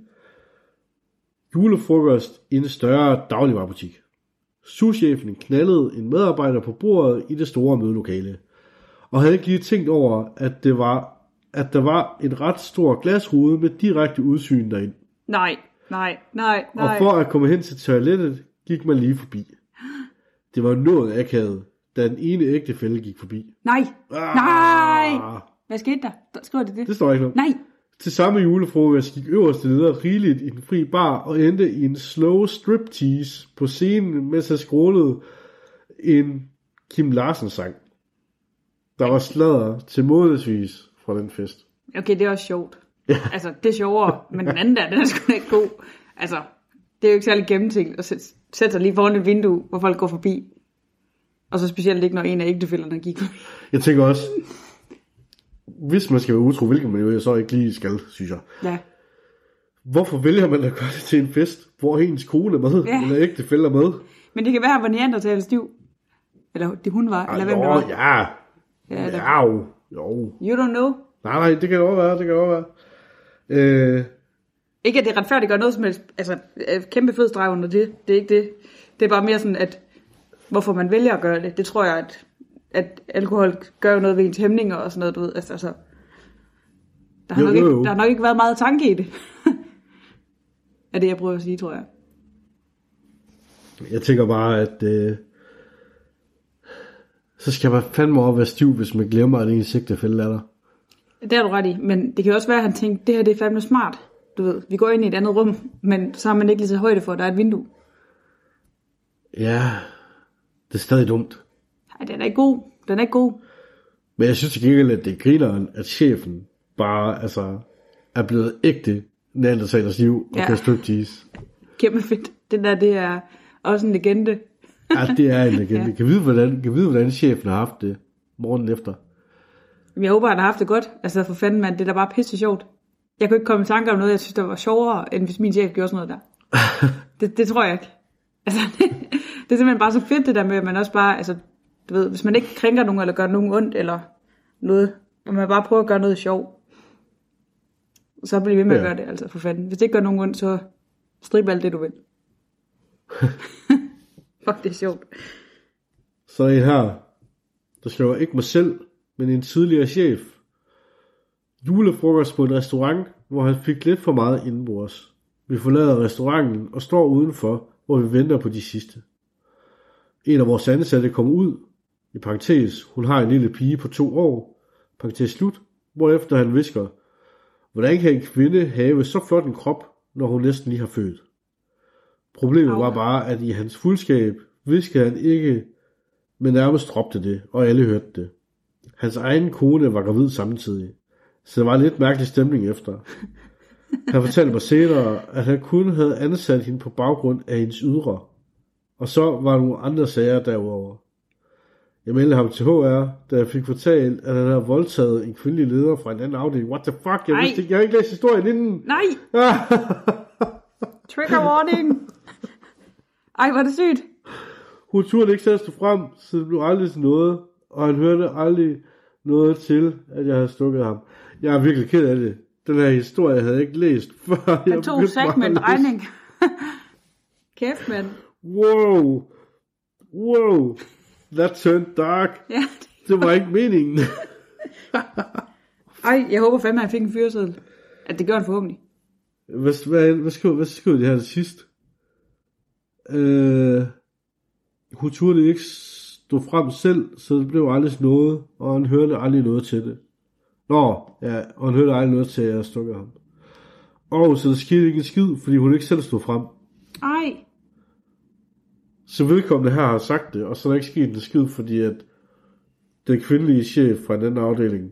Julefrokost i en større dagligvarebutik. Souschefen knaldede en medarbejder på bordet i det store mødelokale, og havde ikke lige tænkt over, at, det var, at der var en ret stor glasrude med direkte udsyn derind. Nej, nej, nej, nej. Og for at komme hen til toilettet, gik man lige forbi. Det var noget akavet, da den ene ægtefælle gik forbi. Nej, ah. nej! Hvad skete der? Skriver det det? Det står ikke noget. Nej. Til samme julefrokost gik øverste leder rigeligt i den fri bar og endte i en slow striptease på scenen, mens han skrålede en Kim Larsen-sang. Der var sladder til månedsvis fra den fest. Okay, det er også sjovt. Ja. Altså, det er sjovere, men den anden der, den er sgu ikke god. Altså, det er jo ikke særlig gennemtænkt at sætte, sætte sig lige foran et vindue, hvor folk går forbi. Og så specielt ikke, når en af ægtefællerne gik forbi. Jeg tænker også, hvis man skal være utro, hvilket man jo så ikke lige skal, synes jeg. Ja. Hvorfor vælger man at gøre det til en fest, hvor ens kone er med, ja. Eller ægtefælle er med? Men det kan være, at han var neandertal stiv. Eller det hun var, Ej, eller hvem jo, det var. Ja, ja, eller... ja jo, jo. You don't know. Nej, nej, det kan det også være, det kan det også være. Øh... Ikke at det retfærdiggør noget som helst, altså kæmpe fed streg under det, det er ikke det. Det er bare mere sådan, at hvorfor man vælger at gøre det, det tror jeg, at, at alkohol gør noget ved ens hæmninger og sådan noget, du ved, altså, altså der, har jo, nok jo, jo. Ikke, der har nok ikke været meget tanke i det, er det jeg prøver at sige, tror jeg. Jeg tænker bare, at øh, så skal man fandme over være stiv, hvis man glemmer, at ens ægtefælle er der. Det har du ret i, men det kan også være, at han tænkte, det her det er fandme smart. Du ved, vi går ind i et andet rum, men så har man ikke lige så højde for, at der er et vindue. Ja, det er stadig dumt. Nej, den er ikke god. Den er ikke god. Men jeg synes ikke, at det griner, at chefen bare altså, er blevet ægte neandertalers liv og ja. Kan striptease. Kæmpe fedt. Den der, det er også en legende. Ja, det er en legende. ja. Kan vide, hvordan, kan vide, hvordan chefen har haft det morgenen efter. Jeg håber, han har haft det godt. Altså for fanden, mand, det er da bare pisse sjovt. Jeg kunne ikke komme i tanke om noget, jeg synes, der var sjovere, end hvis min chef gjorde sådan noget der. det, det tror jeg ikke. Altså, det, det er simpelthen bare så fedt det der med, at man også bare, altså, du ved, hvis man ikke krænker nogen, eller gør nogen ondt, eller noget, og man bare prøver at gøre noget sjov, så bliver vi ved med ja. At gøre det, altså, for fanden. Hvis det ikke gør nogen ondt, så strip alt det, du vil. Fuck, det er sjovt. Så en her, der skriver ikke mig selv, men en tidligere chef. Julefrokost på en restaurant, hvor han fik lidt for meget indenbords. Vi forlader restauranten og står udenfor, hvor vi venter på de sidste. En af vores ansatte kommer ud, i parentes, hun har en lille pige på to år, parentes slut, hvorefter han hvisker, hvordan kan en kvinde have så flot en krop, når hun næsten lige har født? Problemet var bare, at i hans fuldskab hviskede han ikke, men nærmest råbte det, og alle hørte det. Hans egen kone var gravid samtidig, så det var en lidt mærkelig stemning efter. Han fortalte mig senere, at han kun havde ansat hende på baggrund af hendes ydre, og så var der nogle andre sager derudover. Jeg meldte ham til H R, da jeg fik fortalt, at han havde voldtaget en kvindelig leder fra en anden afdeling. What the fuck? Jeg vidste ikke, jeg har ikke læst historien inden. Nej! Trigger warning! Ej, var det sygt? Hun turde ikke selv stå frem, så det blev aldrig til noget, og han hørte aldrig noget til, at jeg havde stukket ham. Jeg er virkelig ked af det. Den her historie havde jeg ikke læst, før jeg Den tog sagt med en drejning. Kæft, mand. Wow. Wow. That turned dark. Ja, det, det var ikke meningen. Ej, jeg håber fandme, at han fik en fyreseddel. At det gør han forhåbentlig. Hvad, hvad, hvad, skriver, hvad skriver de her til sidst? Øh, hun turde ikke stå frem selv, så det blev aldrig noget, og han hørte aldrig noget til det. Nå, ja, og hun hørte aldrig noget til, at jeg stukkede ham. Og så der skete ikke en skid, fordi hun ikke selv stod frem. Ej. Så vedkommende her har sagt det, og så er der ikke sket en skid, fordi at den kvindelige chef fra den anden afdeling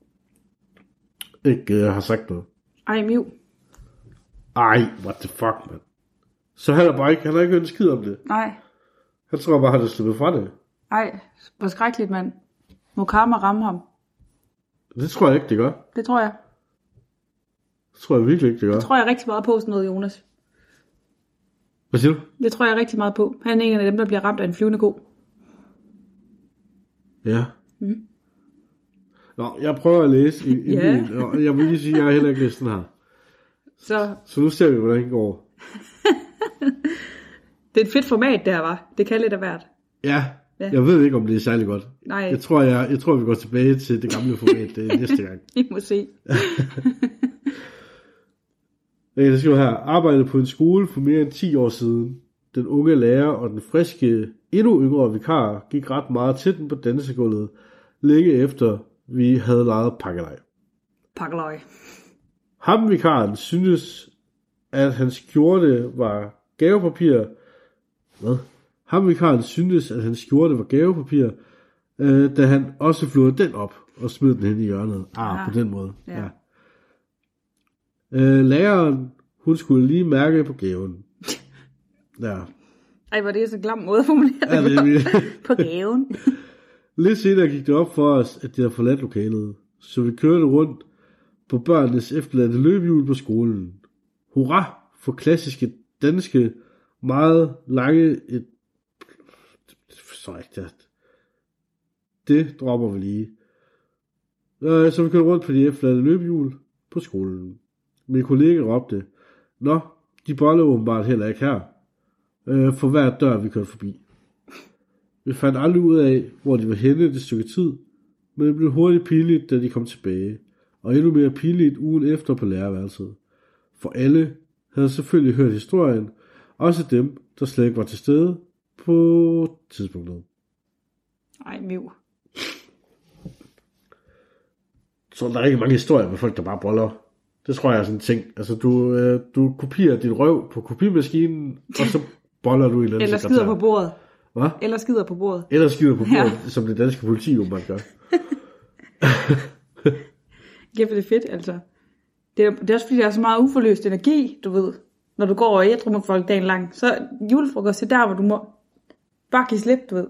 ikke uh, har sagt noget. Ej, miv. Ej, what the fuck, man. Så han har bare ikke, han har ikke hørt en skid om det. Nej. Han tror bare, han er slippet fra det. Ej, hvor skrækkeligt, mand. Må karma ramme ham? Det tror jeg ikke, det gør. Det tror jeg. Det tror jeg virkelig ikke, det gør. Det tror jeg rigtig meget på, sådan noget, Jonas. Hvad siger du? Det tror jeg rigtig meget på. Han er en af dem, der bliver ramt af en flyvende ko. Ja. Mm. Nå, jeg prøver at læse i, i Ja. min, og jeg vil lige sige, at jeg har heller ikke læst den her. Så Så nu ser vi, hvordan det går. det er et fedt format, der var. Det kan lidt af hvert. Ja, Ja. jeg ved ikke, om det er særlig godt. Nej, Jeg tror, jeg, jeg tror, vi går tilbage til det gamle format det næste gang. vi må se. Jeg skriver her, arbejdede på en skole for mere end ti år siden. Den unge lærer og den friske, endnu yngre vikar gik ret meget til den på dansegulvet, længe efter vi havde lejet pakkelej. Pakkeløg. Ham vikaren syntes, at hans skjorte var gavepapir. Hvad? Ham vikaren syntes, at hans skjorte var gavepapir, øh, da han også flåede den op og smed den hen i hjørnet. Ah, Ja. på den måde. Ja. Ja. Øh, læreren, hun skulle lige mærke på gaven. Ja. Ej, var det så glam måde at formulere det, Ja, det er på. virkelig. På gaven. Lidt senere gik det op for os, at de havde forladt lokalet, så vi kørte rundt på børnenes efterladte løbehjul på skolen. Hurra for klassiske danske, meget lange... Et... Det forstår jeg ikke, det. Det dropper vi lige. Øh, Så vi kørte rundt på de efterladte løbehjul på skolen. Min kollega råbte, nå, de boller åbenbart heller ikke her, øh, for hver dør vi kørte forbi. Vi fandt aldrig ud af, hvor de var henne det stykke tid, men det blev hurtigt pinligt, da de kom tilbage, og endnu mere pinligt ugen efter på lærerværelset. For alle havde selvfølgelig hørt historien, også dem, der slet ikke var til stede på tidspunktet. Ej, miv. Så der er rigtig mange historier med folk, der bare boller. Det tror jeg er sådan en ting. Altså, du, øh, du kopierer din røv på kopimaskinen, og så boller du i den Eller skider på bordet. Hvad? Eller skider på bordet. Eller skider på bordet, Ja. som det danske politi jo man gør. Ja, for det er fedt, altså. Det er, det er også fordi, der er så meget uforløst energi, du ved. Når du går og ædru med folk dagen lang. Så julefrokost, det er der, hvor du må bare give slip, du ved.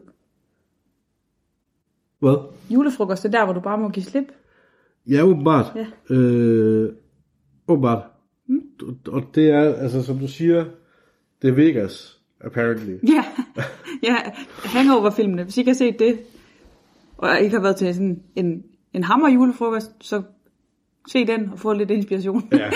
Hvad? Julefrokost, det er der, hvor du bare må give slip. Ja, åbenbart. Ja. Øh, åbenbart. Mm. Og det er, altså som du siger, det er Vegas, apparently. Ja, ja, Hangover-filmene. Hvis I ikke har set det, og ikke har været til sådan en, en hammer julefrokost, så se den og få lidt inspiration. Ja.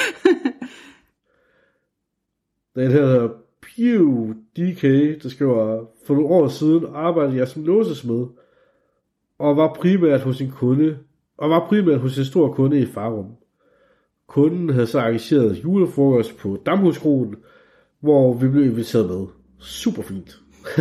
Den her hedder Pew D K, der skriver, for nogle år siden arbejdede jeg som låsesmed, og var primært hos en kunde, og var primært hos en stor kunde i Farum. Kunden havde så arrangeret julefrokost på Damhuskroen, hvor vi blev inviteret med. Super fint.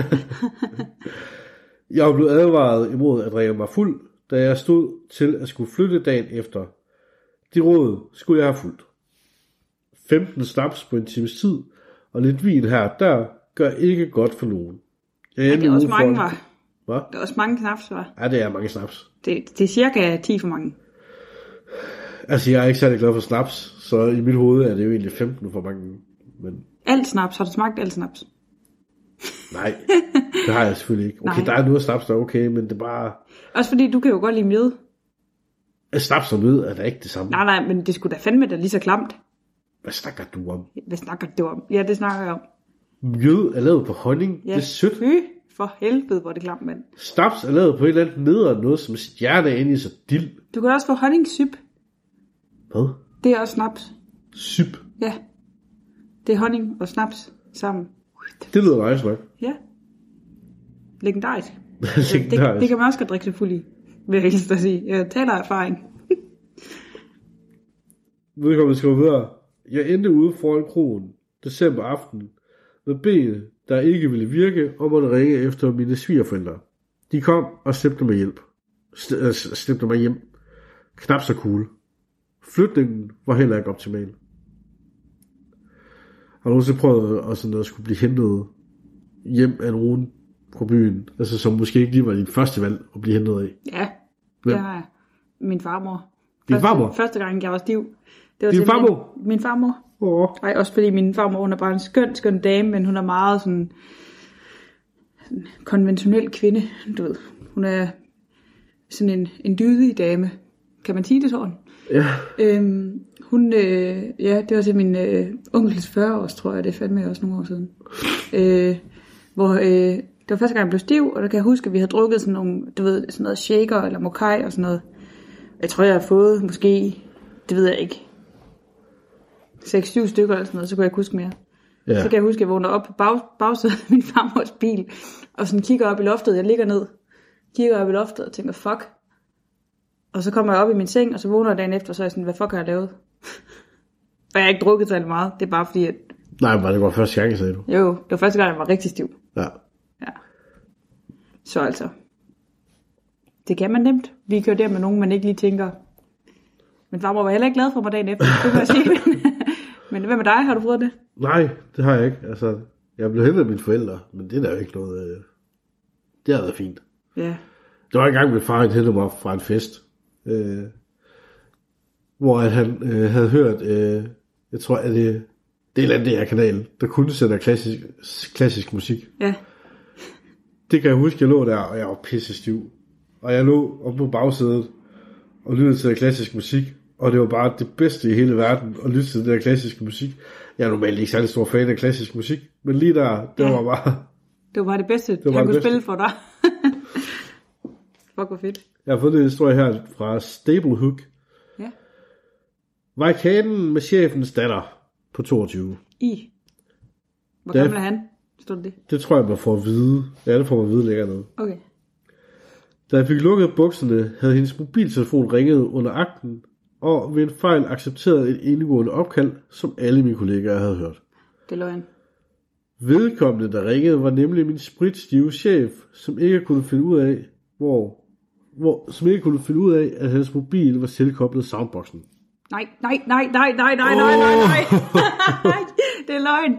Jeg var blevet advaret imod at drikke mig fuld, da jeg stod til at skulle flytte dagen efter. De råd skulle jeg have fulgt. femten snaps på en times tid, og lidt vin her og der, gør ikke godt for nogen. Jeg Ja, det er også mange, for... var. Hvad? Det er også mange knaps, var. Ja, det er mange snaps. Det, det er cirka ti for mange. Altså, jeg er ikke særlig glad for snaps, så i mit hoved er det jo egentlig femten for mange. Men Alt snaps, har du smagt alt snaps? nej, det har jeg selvfølgelig ikke. Okay, Nej. der er noget snaps, der er okay, men det er bare... Også fordi, du kan jo godt lide mjød. Snaps og nød er da ikke det samme. Nej, nej, men det skulle da fandme da lige så klamt. Hvad snakker du om? Hvad snakker du om? Ja, det snakker jeg om. Mjød er lavet på honning. Ja. Det er sødt. Fy for helvede, hvor er det klamt, mand. Snaps er lavet på et eller andet nederen noget, som stjerne er inde i så dild. Du kan også få honningsyp. Hvad? Det er også snaps. Syp. Ja. Det er honning og snaps sammen. Det lyder nice nok. Ja. Legendarisk. Det, Legendarisk. det kan man også godt drikke sig fuld i, vil jeg helst at sige. Jeg taler af erfaring. Vedkommende skriver videre. Jeg endte ude foran krogen december aften med ben, der ikke ville virke, og måtte ringe efter mine svigerforældre. De kom og slæbte mig hjælp. Slæbte mig hjem. knap så cool. Flytningen var heller ikke optimal. Har du nogensinde prøvet at, sådan, at skulle blive hentet hjem af nogen på byen? Altså som måske ikke lige var dit første valg at blive hentet af? Ja, Hvem? det har jeg. Min farmor. Din første, farmor? Første gang jeg var stiv. Det var Din farmor? Min farmor. Åh. Ej, også fordi min farmor, hun er bare en skøn, skøn dame, men hun er meget sådan, sådan konventionel kvinde, du ved. Hun er sådan en, en dydig dame. Kan man sige det sådan? Ja. Øhm, hun, øh, ja, det var til min øh, onkels fyrre års, tror jeg, det fandt mig også nogle år siden. Øh, hvor øh, det var første gang, jeg blev stiv, og der kan jeg huske, at vi havde drukket sådan nogle, du ved, sådan noget shaker eller mokai og sådan noget. Jeg tror, jeg har fået måske, det ved jeg ikke, seks syv stykker eller sådan noget, så kunne jeg ikke huske mere. Ja. Så kan jeg huske, at jeg vågner op på bag, bagsædet af min farmors bil, og sådan kigger op i loftet, jeg ligger ned, kigger op i loftet og tænker, fuck. Og så kommer jeg op i min seng, og så vågner jeg dagen efter, og så er jeg sådan, hvad fuck har jeg lavet? Og jeg har ikke drukket særlig meget, det er bare fordi, at... Nej, men det var første gang, sagde du. Jo, det var første gang, jeg var rigtig stiv. Ja. Ja. Så altså, det kan man nemt. Vi kører der med nogen, man ikke lige tænker. Min farmor var heller ikke glad for mig dagen efter, det kan jeg sige. Men hvad med dig? Har du prøvet det? Nej, det har jeg ikke. Altså, jeg blev hentet af mine forældre, men det er der jo ikke noget... Øh... Det har været fint. Ja. Der var engang, min far hentede mig op fra en fest, øh... hvor han øh, havde hørt, øh... jeg tror, at det, det er en anden D R-kanal, der kunne sende klassisk, klassisk musik. Ja. Det kan jeg huske, jeg lå der, og jeg var pisse stiv. Og jeg lå oppe på bagsædet og lyttede til klassisk musik, og det var bare det bedste i hele verden at lytte til den der klassiske musik. Jeg er normalt ikke særlig stor fan af klassisk musik, men lige der, det ja. var bare... Det var bare det bedste, det han kunne bedste. Spille for dig. Fuck, hvor fedt. Jeg har fået en historie her fra Stable Hook. Ja. Vajkanen med chefens datter på toogtyve. I? Hvor gammel er han? Stod det? Det tror jeg, man får at vide. Ja, det får man at vide længere ned. Okay. Da jeg fik lukket bukserne, havde hendes mobiltelefon ringet under akten, og ved en fejl accepteret et indgående opkald, som alle mine kollegaer havde hørt. Det lå han. Vedkommende, der ringede, var nemlig min spritstive chef, som ikke kunne finde ud af, hvor, hvor, som ikke kunne finde ud af, at hans mobil var tilkoblet soundboxen. Nej, nej, nej, nej, nej, nej, nej, nej, nej. Det er løgn.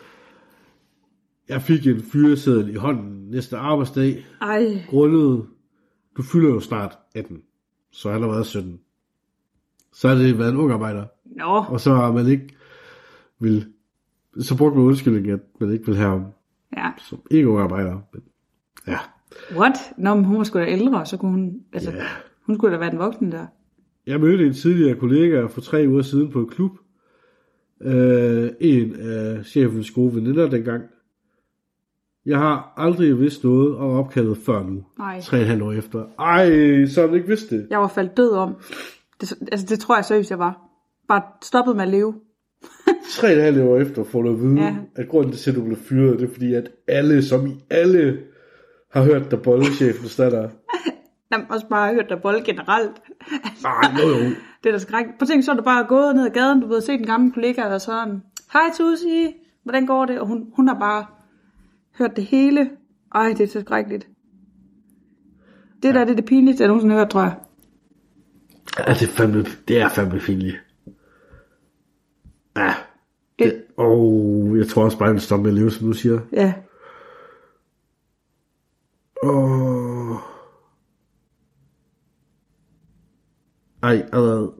Jeg fik en fyreseddel i hånden næste arbejdsdag. Ej. Grundet, du fylder jo snart atten, så han har været sytten. Så har det været en ung arbejder. Nå. Og så har man ikke vil, så brugte man undskyldning, at man ikke vil have ham. Ja. Som ikke ung arbejder. Men, ja. What? Nå, men hun var sgu da ældre, så kunne hun, altså, yeah. hun skulle da være den voksen der. Jeg mødte en tidligere kollega for tre uger siden på et klub. Uh, en af chefens gode veninder dengang. Jeg har aldrig vidst noget om opkaldet før nu. Nej. Tre og en halv år efter. Ej, så har du ikke vidst det. Jeg var faldt død om. Det, altså, det tror jeg seriøst, jeg var. Bare stoppet med at leve. Tre og en halv år efter får du at vide, ja. At grunden til, at du blev fyret, det er fordi, at alle, som i alle, har hørt dig bollechefen stadig. Jamen, også bare hørt dig bolle generelt. Nej, no, no. Det er da skrækkeligt. På ting, så er du bare gået ned ad gaden, du ved, set en gammel kollega, og sådan, hej Susie, hvordan går det? Og hun, hun har bare hørt det hele. Ej, det er så skrækkeligt. Det ja. Der, det er det pinligste, jeg nogensinde har hørt, tror jeg. Ja, det er fandme, det er fandme pinligt. Ja. Det, oh, jeg tror også bare, at jeg stopper med at leve, som du siger. Ja. Åh. Ej, allerede.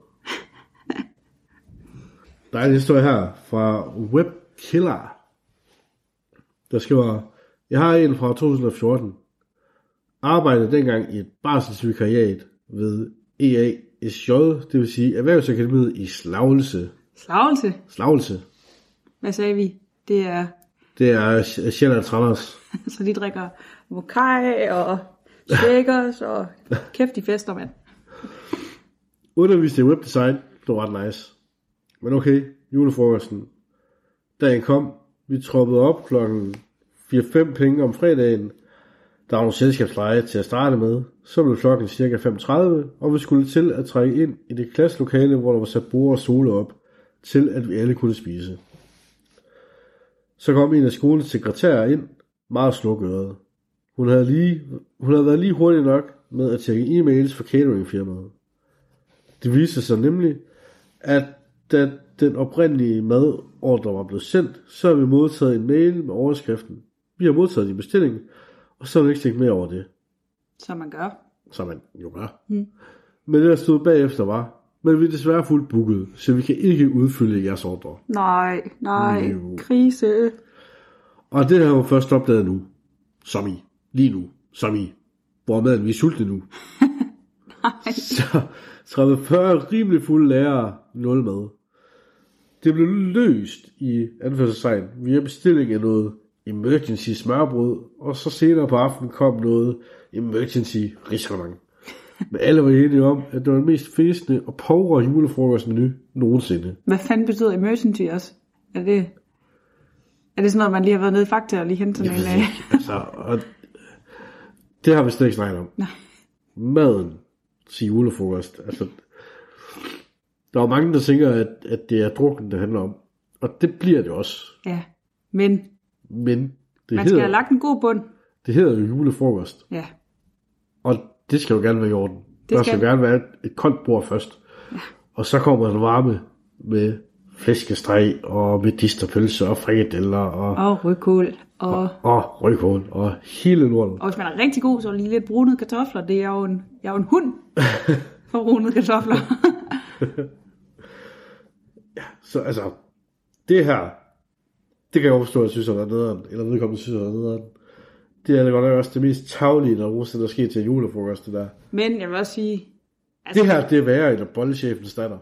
Der er en historie her fra Webkiller, der skriver, jeg har en fra to tusind og fjorten. Arbejdede dengang i et barselsvikariat ved E A S J, det vil sige Erhvervsakademiet i Slagelse. Slagelse? Slagelse. Hvad sagde vi? Det er... Det er Sjællands Randers. Så de drikker mokai og shakers og kæft, de fester, mand. Underviste i webdesign, det var ret nice. Men okay, julefrokosten. Dagen kom, vi troppede op klokken fire fem penge om fredagen. Der var nogle selskabsleje til at starte med. Så blev klokken cirka fem tredive, og vi skulle til at trække ind i det klasselokale, hvor der var sat bord og stole op, til at vi alle kunne spise. Så kom en af skolens sekretærer ind, meget slukøret. Hun havde, lige, hun havde været lige hurtig nok med at tjekke e-mails for cateringfirmaet. Det viser sig nemlig, at da den oprindelige madordre var blevet sendt, så har vi modtaget en mail med overskriften. Vi har modtaget din bestilling, og så har vi ikke tænkt mere over det. Som man gør. Som man jo gør. Hmm. Men det, der stod bagefter var, men vi er desværre fuldt booket, så vi kan ikke udfylde jeres ordre. Nej, nej, Jo. krise. Og det har jeg jo først opdaget nu. Som i. Lige nu. Som i. Hvor maden vi er sultne nu. Så tredive fyrre rimelig fulde lærere, nul mad. Det blev løst i anførselstegn via bestilling af noget emergency smørbrød, og så senere på aftenen kom noget emergency risalemang. Men alle var enige om, at det var den mest festende og påre julefrokostmenu nogensinde. Hvad fanden betyder emergency også? Er det, er det sådan noget, man lige har været nede i Fakta og lige hentet sådan en af? Altså, og det har vi slet ikke snakket om. Nej. Maden til julefrokost. Altså, der er mange, der tænker, at, at det er drukken, det handler om. Og det bliver det også. Ja, men Men det man hedder, skal have lagt en god bund. det hedder jo julefrokost. Ja, Og det skal jo gerne være i orden. Det Der skal. skal gerne være et, et koldt bord først. Ja. Og så kommer en varme med flæskesteg og medisterpølse og frikadeller og, og rødkål. Og, og rødkål og hele lorten. og hvis man er rigtig god, så er der lige lidt brunede kartofler. Det er jo en, jeg er jo en hund for brunede kartofler. Så altså, det her, det kan jeg jo forstå, at jeg synes, at der er nederen, eller vedkommende synes, at der er nederen. Det er da godt nok også det mest taglige, der nogensinde er sket til julefrokost, det der. Men jeg vil også sige... Altså, Det her, det er værre, end at boldchefens datter.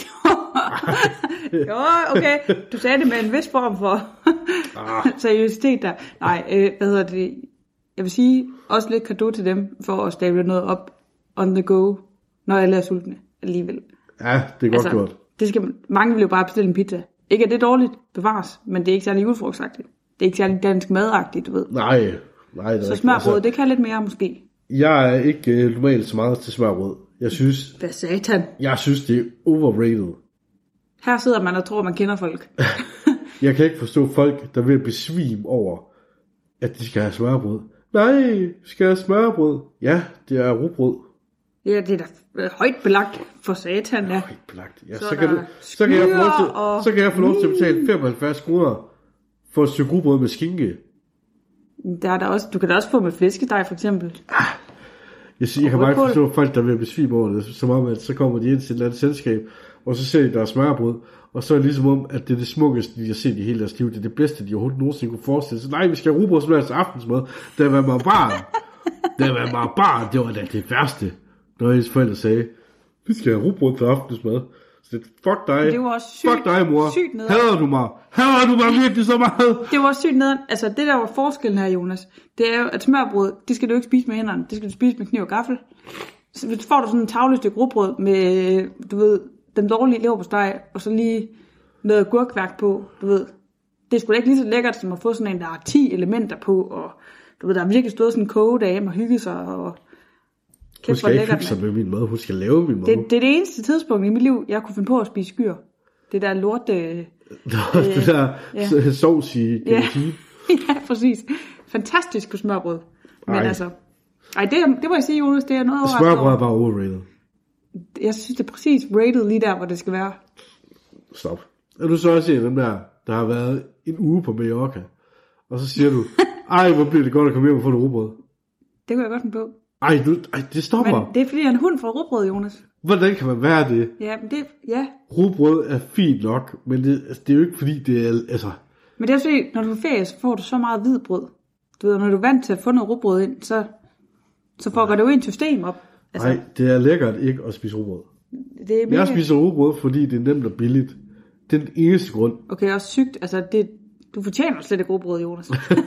jo, okay. Du sagde det med en vis form for Ah. seriøsitet der. Nej, øh, hvad hedder det? Jeg vil sige også lidt cadeau til dem for at stable noget op on the go, når alle er sultne alligevel. Ja, det er godt altså, gjort. Det skal, man- mange vil jo bare bestille en pizza. Ikke at det er dårligt, bevares, men det er ikke særlig julefrokostagtigt. Det er ikke særlig dansk madagtigt, du ved. Nej, nej. Det er Så ikke. smørbrød, det kan lidt mere måske. Jeg er ikke uh, normalt så meget til smørbrød. Jeg synes, Hvad satan? jeg synes, det er overrated. Her sidder man og tror, man kender folk. Jeg kan ikke forstå folk, der vil besvime over, at de skal have smørbrød. Nej, skal have smørbrød. Ja, det er rugbrød. Ja, det er da højt belagt for satan, ja. Højt belagt. Ja, Så så, er kan der du, så, kan jeg få lov til, skyr og- så kan jeg få lov til at betale femoghalvfjerds kroner for et stykke rugbrød med skinke. Der er der også, du kan da også få med flæskesteg for eksempel. Jeg, siger, jeg kan bare ikke rødkål. forstå folk, der vil besvime over det, som om, at så kommer de ind til et eller andet selskab, og så ser de, der er smørbrød, og så er det ligesom om, at det er det smukkeste, de har set i hele deres liv. Det er det bedste, de overhovedet nogensinde kunne forestille sig. Nej, vi skal have rugbrødsmad til aftensmad. Da man var barn, da man var barn, det var da det værste, når ens forældre sagde, vi skal have rugbrød til aftensmad. Så det, fuck dig, Det var også sygt- fuck dig, mor. sygt nederen. Hader du mig? Hader du mig virkelig så meget? Det var også sygt nederen. Altså, det der var forskellen her, Jonas, det er jo, at smørbrød, det skal du ikke spise med hænderne. Det skal du spise med kniv og gaffel. Så får du sådan en tavle stykke rugbrød med, du ved, den dårlige leverpostej, og så lige noget gurkværk på, du ved. Det er sgu da ikke lige så lækkert, som at få sådan en, der har ti elementer på, og du ved, der har virkelig stået sådan en kogedame og hygge sig, og Hun kæft, hvor skal ikke lækkert, hygge sig mand. med min mad, hun skal lave min mad. Det, det er det eneste tidspunkt i mit liv, jeg kunne finde på at spise skyr. Det der lort... Øh, det der ja. sovs i Ja. gelatine. Ja, præcis. Fantastisk på smørbrød. Men Ej. altså... Ej, det, det må jeg sige, Jonas, det er noget overrasket Smørbrød er over. bare overrated. Jeg synes, det er præcis rated lige der, hvor det skal være. Stop. Er du så også en af dem der, der har været en uge på Mallorca, og så siger du, ej, hvor bliver det godt at komme hjem og få noget rugbrød. Det kunne jeg godt finde på. Ej, du, ej, det stopper. Men det er fordi, jeg er en hund fra rugbrød, Jonas. Hvordan kan man være det? Ja, men det, ja. Rugbrød er fint nok, men det, altså, det er jo ikke fordi, det er, altså... Men det er fordi, når du er på ferie, så får du så meget hvid brød. Du ved, når du er vant til at få noget rugbrød ind, så, så får det jo et system op. Altså, Nej, det er lækkert ikke at spise rugbrød. det er mega... Jeg spiser rugbrød, fordi det er nemt og billigt. Det er den eneste grund. Okay, også sygt. Altså, det, du fortjener slet ikke rugbrød, Jonas.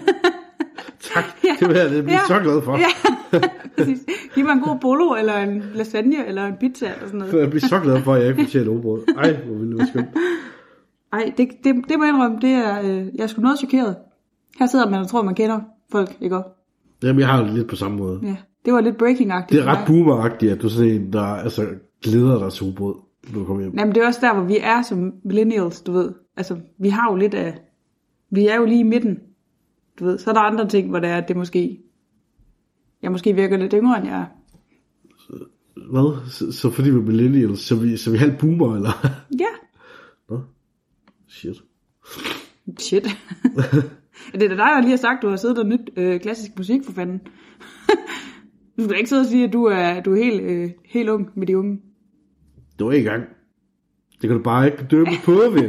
Tak, det vil jeg det blive så glad for. Ja, præcis. Giv mig en god bolo, eller en lasagne, eller en pizza, eller sådan noget. For jeg bliver så glad for, at jeg ikke fortjener rugbrød. Ej, hvor ville det være skønt. Ej, det, det, det må jeg indrømme, det er, øh, jeg er sgu noget chokeret. Her sidder man og tror, man kender folk, ikke også? Jamen, jeg har det lidt på samme måde. Ja, det var lidt breaking-agtigt. Det er for ret mig. boomeragtigt, at du er sådan en, der altså, glæder dig til rugbrød, når du kommer hjem. Jamen, det er også der, hvor vi er som millennials, du ved. Altså, vi har jo lidt af... Vi er jo lige i midten, du ved. Så er der andre ting, hvor det er, at det måske... Jeg måske virker lidt yngre, end jeg er. Hvad? Så, så fordi vi er millennials, så vi, så vi er halv boomer, eller? Ja. Nå? Shit. Shit. Det er da dig, der lige har sagt, du har siddet og nyt øh, klassisk musik, for fanden. Du skal ikke sidde og sige, at du er, du er helt, øh, helt ung med de unge. Du er ikke i gang. Det kan du bare ikke bedømme på ved.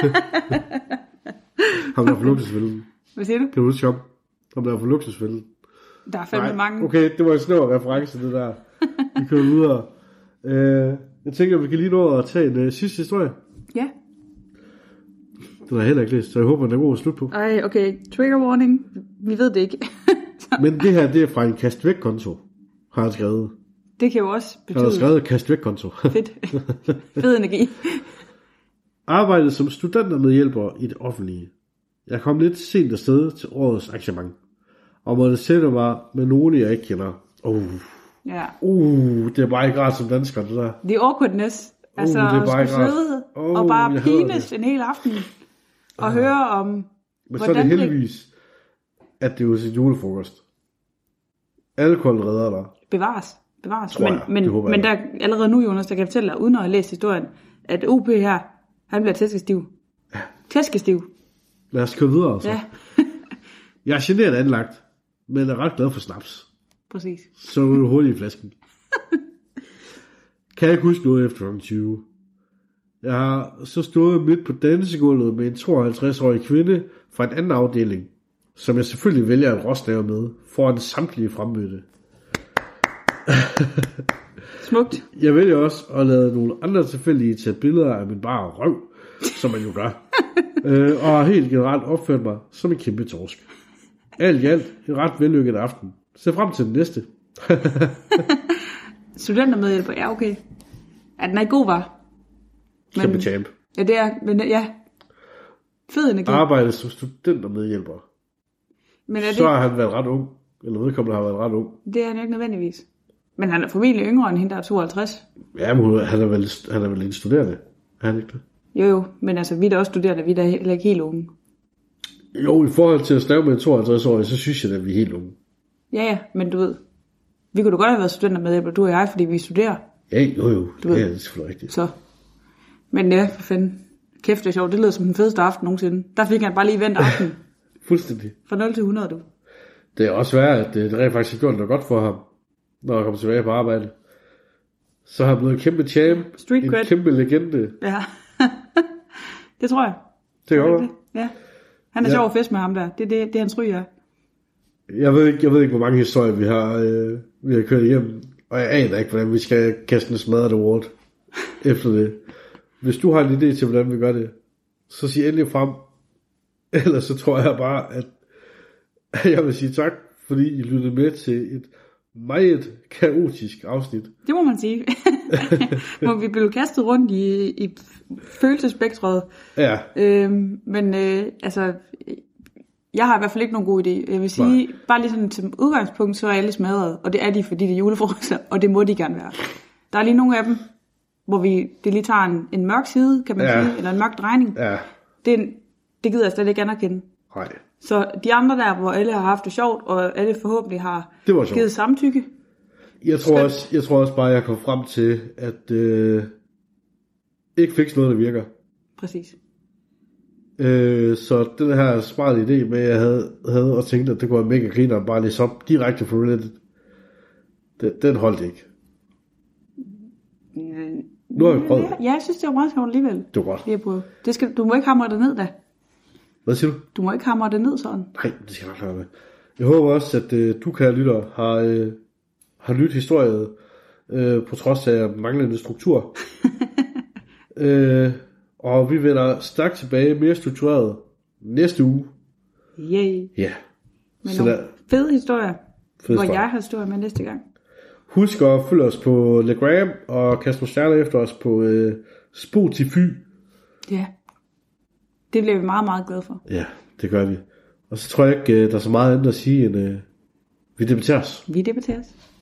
Ham der er for luksusfælden. Hvad siger du? Kan du huske ham? Ham der er for luksusfælden. Der er fandme mange. Okay, det var en snæver reference, det der. Vi kører videre. Uh, jeg tænker, vi kan lige nå at tage en uh, sidste historie. Ja. Den har jeg heller ikke læst, så jeg håber, den er god at slutte på. Ej, okay. Trigger warning. Vi ved det ikke. Men det her, det er fra en kast væk konto, har han skrevet. Det kan jo også betyde... Han har skrevet kast væk konto. Fedt. Fed energi. Arbejdet som studentermedhjælper i det offentlige. Jeg kom lidt sent afsted til årets arrangement, og måtte sætte mig med nogen, jeg ikke kender. Uh. Ja. Uh, det er bare ikke rart som dansker, det der. The awkwardness. Altså, uh, det er at skulle sidde uh, og bare pines en hel aften, og uh. høre om, Men hvordan så er det heldigvis, at det er jo sit julefrokost. Alkohol redder dig. Bevares. Bevares. Tror men jeg. men, Det men der, allerede nu, Jonas, der kan jeg fortælle dig, uden at have læst historien, at O P her, han bliver tæskestiv. Ja. Tæskestiv. Lad os køre videre, altså. Ja. Jeg er generet anlagt, men er ret glad for snaps. Præcis. Så er du hurtigt i flasken. Kan jeg ikke huske noget efter klokken tyve. Jeg har så stået midt på dansegulvet med en tooghalvtreds-årig kvinde fra en anden afdeling, som jeg selvfølgelig vælger at råsnave med, foran samtlige fremmødte. Smukt. Jeg vælger også at lade nogle andre tilfældige tage billeder af min bare røv, som man jo gør. øh, og har helt generelt opført mig som en kæmpe torsk. Alt i alt en ret vellykket aften. Se frem til den næste. Studentermedhjælper, ja okay. Ja, den er god, var. Men, Kæmpe champ. Ja, det er, men ja. Fed energi. Arbejde som studentermedhjælper. Men er det... Så har han været ret ung. Eller vedkommende har været ret ung. Det er han jo ikke nødvendigvis. Men han er formentlig yngre end hende, der er tooghalvtreds. Ja, men han er vel, han er vel en studerende. Er han ikke det? Jo jo, men altså vi er da også studerende, vi er da heller ikke helt unge. Jo, i forhold til at stave med en tooghalvtreds-årig, så synes jeg, at vi er helt unge. Ja, ja, men du ved, vi kunne da godt have været studentermedhjælper, du og jeg, fordi vi studerer. Ja, jo jo, du ved. Ja, det er selvfølgelig rigtigt. Så, men ja, for fanden. Kæft, det er sjovt, det lyder som den fedeste aften nogensinde. Der fik han bare lige vendt aften. Fuldstændig. Fra nul til hundrede, du. Det er også værd, at det rent faktisk har gjort noget godt for ham, når han kommer tilbage på arbejde. Så har han blevet en kæmpe champ, Street en cred. kæmpe legende. Ja, det tror jeg. Det gør det. Ja, han er ja. sjov at fest med ham der. Det er det, det hans ryg er. Jeg ved ikke, jeg ved ikke, hvor mange historier vi har, øh, vi har kørt igennem, og jeg aner ikke, hvordan vi skal kaste en smadret award efter det. Hvis du har en idé til, hvordan vi gør det, så sig endelig frem. Ellers så tror jeg bare, at jeg vil sige tak, fordi I lyttede med til et meget kaotisk afsnit. Det må man sige. Hvor vi blev kastet rundt i, i følelsespektret. Ja. Øhm, men øh, altså, jeg har i hvert fald ikke nogen god idé. Jeg vil sige, Nej. bare lige sådan til udgangspunkt, så er alle smadret. Og det er de, fordi det er julefrokoster, og det må de gerne være. Der er lige nogle af dem, hvor vi det lige tager en, en mørk side, kan man ja. sige, eller en mørk drejning. Ja. Det, det gider jeg slet ikke anerkende. Nej. Så de andre der, hvor alle har haft det sjovt, og alle forhåbentlig har givet samtykke. Jeg tror, også, jeg tror også bare, jeg kom frem til, at øh, ikke fik noget, der virker. Præcis. Øh, så den her smarte idé med, at jeg havde, havde og tænkte, at det kunne være mega griner, bare lige så direkte for Reddit, den, den holdt ikke. Mm, nu har vi prøvet. Ja, jeg synes, det var meget sjovt alligevel. Det var godt. Det skal, du må ikke hamre det ned da. Hvad siger du? Du må ikke hamre det ned sådan. Nej, det skal jeg nok klare med. Jeg håber også, at øh, du, kære lytter, har, øh, har lyttet historiet, øh, på trods af manglende struktur. øh, og vi vender stærkt tilbage, mere struktureret, næste uge. Yay. Ja. Med nogle der, fede historier, fed hvor jeg har historier med næste gang. Husk at følge os på Legram, og kaste nogle stjerner efter os på øh, Spotify. Ja. Det bliver vi meget, meget glade for. Ja, det gør vi. Og så tror jeg ikke, der er så meget andet at sige, end uh, vi debatteres. Vi debatteres.